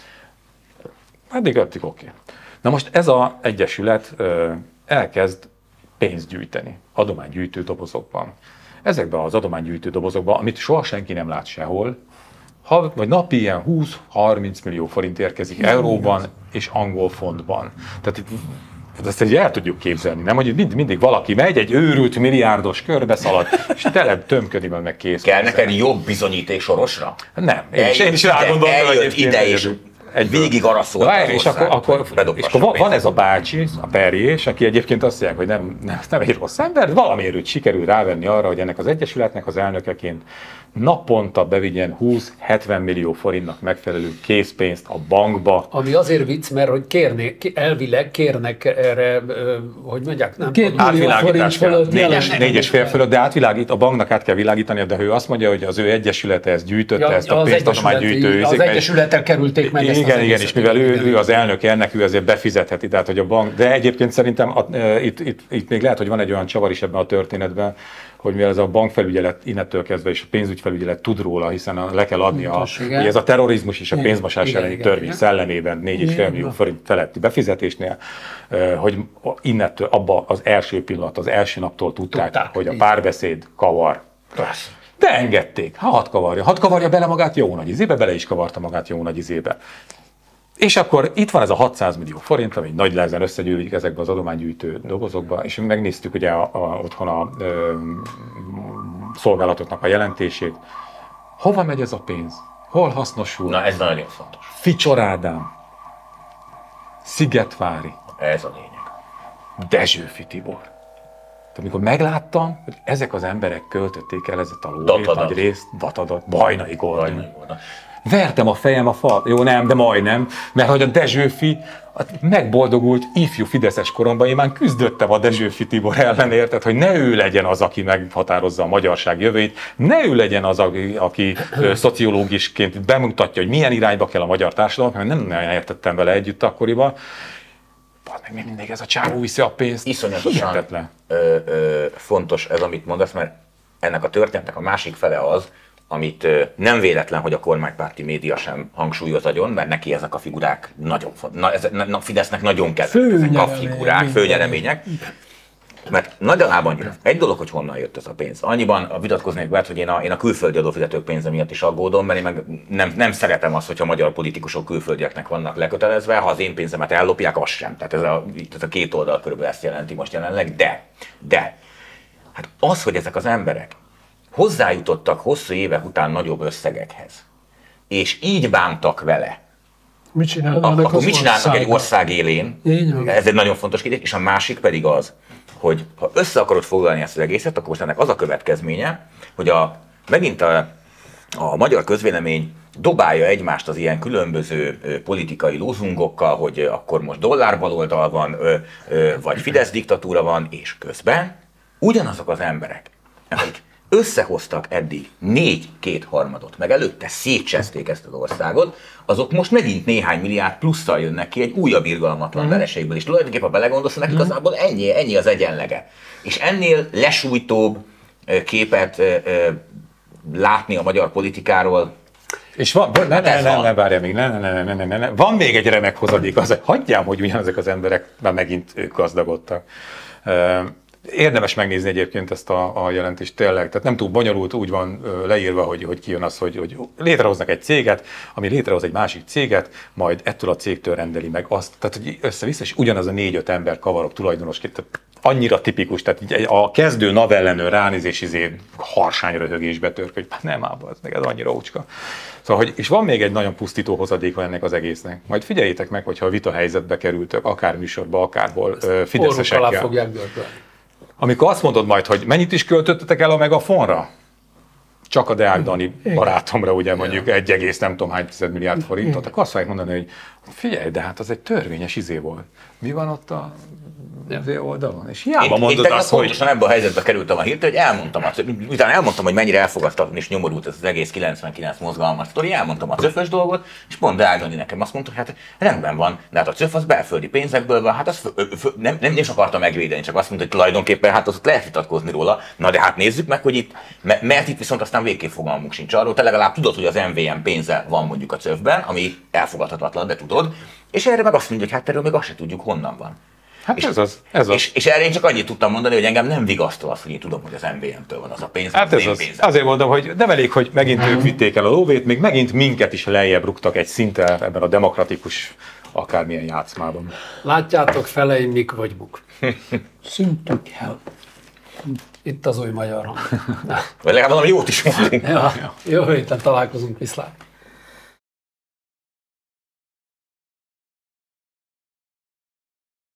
Eddig addig oké. Na most ez az egyesület ö, elkezd pénzt gyűjteni, adománygyűjtő dobozokban. Ezekben az adománygyűjtő dobozokban, amit soha senki nem lát sehol, ha, vagy napi ilyen húsz-harminc millió forint érkezik euróban és angol fontban. Tehát itt ezt így el tudjuk képzelni, nem? Hogy itt mind, mindig valaki megy, egy őrült milliárdos körbe szalad, és tele tömködi meg, meg kész. kell neked jobb bizonyíték Sorosra? Nem, én is, én is rá Ide- gondoltam, hogy eljött egyébként ide, és egyedül- egy végig araszolt Várj, az és akkor, országot, akkor, hogy bedobhassa és akkor van, a van pénzt. ez a bácsi, a Perjés, aki egyébként azt mondják, hogy nem, nem, nem egy rossz ember, valamiért őt sikerül rávenni arra, hogy ennek az egyesületnek az elnökeként naponta bevigyen húsz-hetven millió forintnak megfelelő készpénzt a bankba. Ami azért vicc, mert hogy kérnék, elvileg kérnek erre, ö, hogy mondják, nem Két tudom. millió forint Átvilágítás kell. fölött Négyes, jelen. négyes fél fölött, de átvilágít, a banknak át kell világítania, de ő azt mondja, hogy az ő egyesülete ezt gyűjtötte, Ja, ezt a az pénzt egyesület- adománygyűjtő. az izék, mert- egyesülettel kerülték meg ezt az Igen, igen, egészet. és mivel ő, Igen, ő az igen. elnök ennek, ő azért befizetheti, tehát hogy a bank, de egyébként szerintem a, e, itt, itt, itt még lehet, hogy van egy olyan csavar is ebben a történetben, hogy mivel ez a bankfelügyelet innentől kezdve és a pénzügyfelügyelet tud róla, hiszen a, le kell adni a, Pontos, igen. hogy ez a terrorizmus és a Igen, pénzmosás igen, elleni igen, törvény igen. szellemében négy és fél millió forint feletti befizetésnél, e, hogy innentől abba az első pillanat, az első naptól tudták, Tudták, hogy a így. párbeszéd kavar. De engedték, ha hadd kavarja, hadd kavarja bele magát jó nagy izébe, bele is kavarta magát jó nagy izébe. És akkor itt van ez a hatszáz millió forint, ami nagy lehezen összegyűlik ezekbe az adománygyűjtő dobozokba, és megnéztük ugye a, a, otthon a ö, szolgálatoknak a jelentését. Hova megy ez a pénz? hol hasznosul? Na ez nagyon fontos. Ficsor Ádám, Szigetvári, Ez a lényeg. Dezsőfi Tibor. Tehát amikor megláttam, hogy ezek az emberek költötték el ezt a lóvét Datadat. nagy részt, Datadat, Bajnai Gordon. Bajnai Gordon. Vertem a fejem a fal, jó nem, de majdnem, mert hogy a Dezsőfi hát megboldogult ifjú fideszes koromban, én már küzdöttem a Dezsőfi Tibor ellen, érted, hogy ne ő legyen az, aki meghatározza a magyarság jövőjét, ne ő legyen az, aki, aki ö, szociológusként bemutatja, hogy milyen irányba kell a magyar társadalom, mert nem nagyon értettem vele együtt akkoriban. Pont meg mindig ez a csávó viszi a pénzt. Iszonyatosan Hihetetlen. ö, ö, fontos ez, amit mondasz, mert ennek a történetnek a másik fele az, amit ö, nem véletlen, hogy a kormánypárti média sem hangsúlyoz agyon, mert neki ezek a figurák nagyon fontos. Na, ezek, na, Fidesznek nagyon kell ezek a figurák, főnyeremények. Mert nagyalában annyira. Egy dolog, hogy honnan jött ez a pénz. Annyiban vitatkoznék be, hogy én a, én a külföldi adófizetők pénze miatt is aggódom, mert én meg nem, nem szeretem azt, hogyha magyar politikusok külföldieknek vannak lekötelezve, ha az én pénzemet ellopják, az sem. Tehát ez a, ez a két oldal körülbelül ezt jelenti most jelenleg. De, de, hát az, hogy ezek az emberek hozzájutottak hosszú évek után nagyobb összegekhez, és így bántak vele, Mit csinálnának akkor az mit csinálnak egy országban? ország élén? Így van. Ez egy nagyon fontos kérdés, és a másik pedig az, hogy ha össze akarod foglalni ezt az egészet, akkor most ennek az a következménye, hogy a, megint a, a magyar közvélemény dobálja egymást az ilyen különböző ö, politikai lózungokkal, hogy ö, akkor most dollárbaloldal van, ö, ö, vagy Fidesz diktatúra van, és közben ugyanazok az emberek, akik összehoztak eddig négy kétharmadot, meg előtte szétcseszték ezt az országot, azok most megint néhány milliárd plusszal jönnek ki egy újabb irgalmatlan mm. vereségből, és tulajdonképpen ha belegondolsz, nekik mm. igazából ennyi, ennyi az egyenlege. És ennél lesújtóbb ö, képet ö, ö, látni a magyar politikáról. És van, ne, ne, ne, van. ne, várjál még, ne, ne, ne, ne, ne, ne, ne. Van még egy remek hozadék, az, hogy hagyjám, hogy ugyanezek az emberek már megint ők gazdagodtak. Érdemes megnézni egyébként ezt a, a jelentést tényleg, tehát nem túl bonyolult, úgy van ö, leírva, hogy, hogy kijön az, hogy, hogy létrehoznak egy céget, ami létrehoz egy másik céget, majd ettől a cégtől rendeli meg azt, tehát hogy össze-vissza, és ugyanaz a négy-öt ember kavarok tulajdonosként, tehát annyira tipikus, tehát így a kezdő navellenő ránézés izé harsány röhögésbe tör, hogy nem áll, ez meg ez annyira ócska. Szóval, hogy, és van még egy nagyon pusztító hozadéka ennek az egésznek. Majd figyeljétek meg, hogyha a vita helyzetbe kerültök, akár műsorba, akárhol ö, fideszesekkel. fogják görgölni. Amikor azt mondod majd, hogy mennyit is költöttetek el a Megafonra? Csak a Deák Dani barátomra, ugye mondjuk egy egész nem tudom hány tized milliárd forintot, akkor azt fogják mondani, hogy figyelj, de hát az egy törvényes izé volt. Mi van ott a izé oldalon? És hiába Én, mondod én azt, hogy... pontosan ebben a helyzetbe kerültem a hírtől, hogy elmondtam, azt, utána elmondtam, hogy mennyire elfogadtatlan és nyomorult ez az egész kilencvenkilenc mozgalmas sztori, elmondtam a cöfös dolgot, és pont Deák Dani nekem azt mondta, hogy hát rendben van, de hát a cöf az belföldi pénzekből van, hát az fö, fö, nem, nem, nem is akarta megvédeni, csak azt mondta, hogy tulajdonképpen hát az lehet vitatkozni róla. Na de hát nézzük meg, hogy itt, mert itt viszont aztán végképp fogalmunk sincs arról, te legalább tudod, hogy az em vé em pénze van mondjuk a cöfben, ami elfogadhatatlan, de tudod, és erre meg azt mondja, hogy hát erről még azt se tudjuk, honnan van. Hát és, ez az, ez az. És, és erre én csak annyit tudtam mondani, hogy engem nem vigasztol az, hogy én tudom, hogy az em vé em-től van az a pénz, Hát az ez én az. pénzem. Azért mondom, hogy nem elég, hogy megint ők vitték el a lóvét, még megint minket is lejjebb rúgtak egy szinten ebben a demokratikus akármilyen játszmában. Látjátok, feleim mik vagy buk. Szintük el. Itt az új magyar hang. Vagy legalább valami jót is mondtunk. Ja, jövő héten találkozunk, viszlát.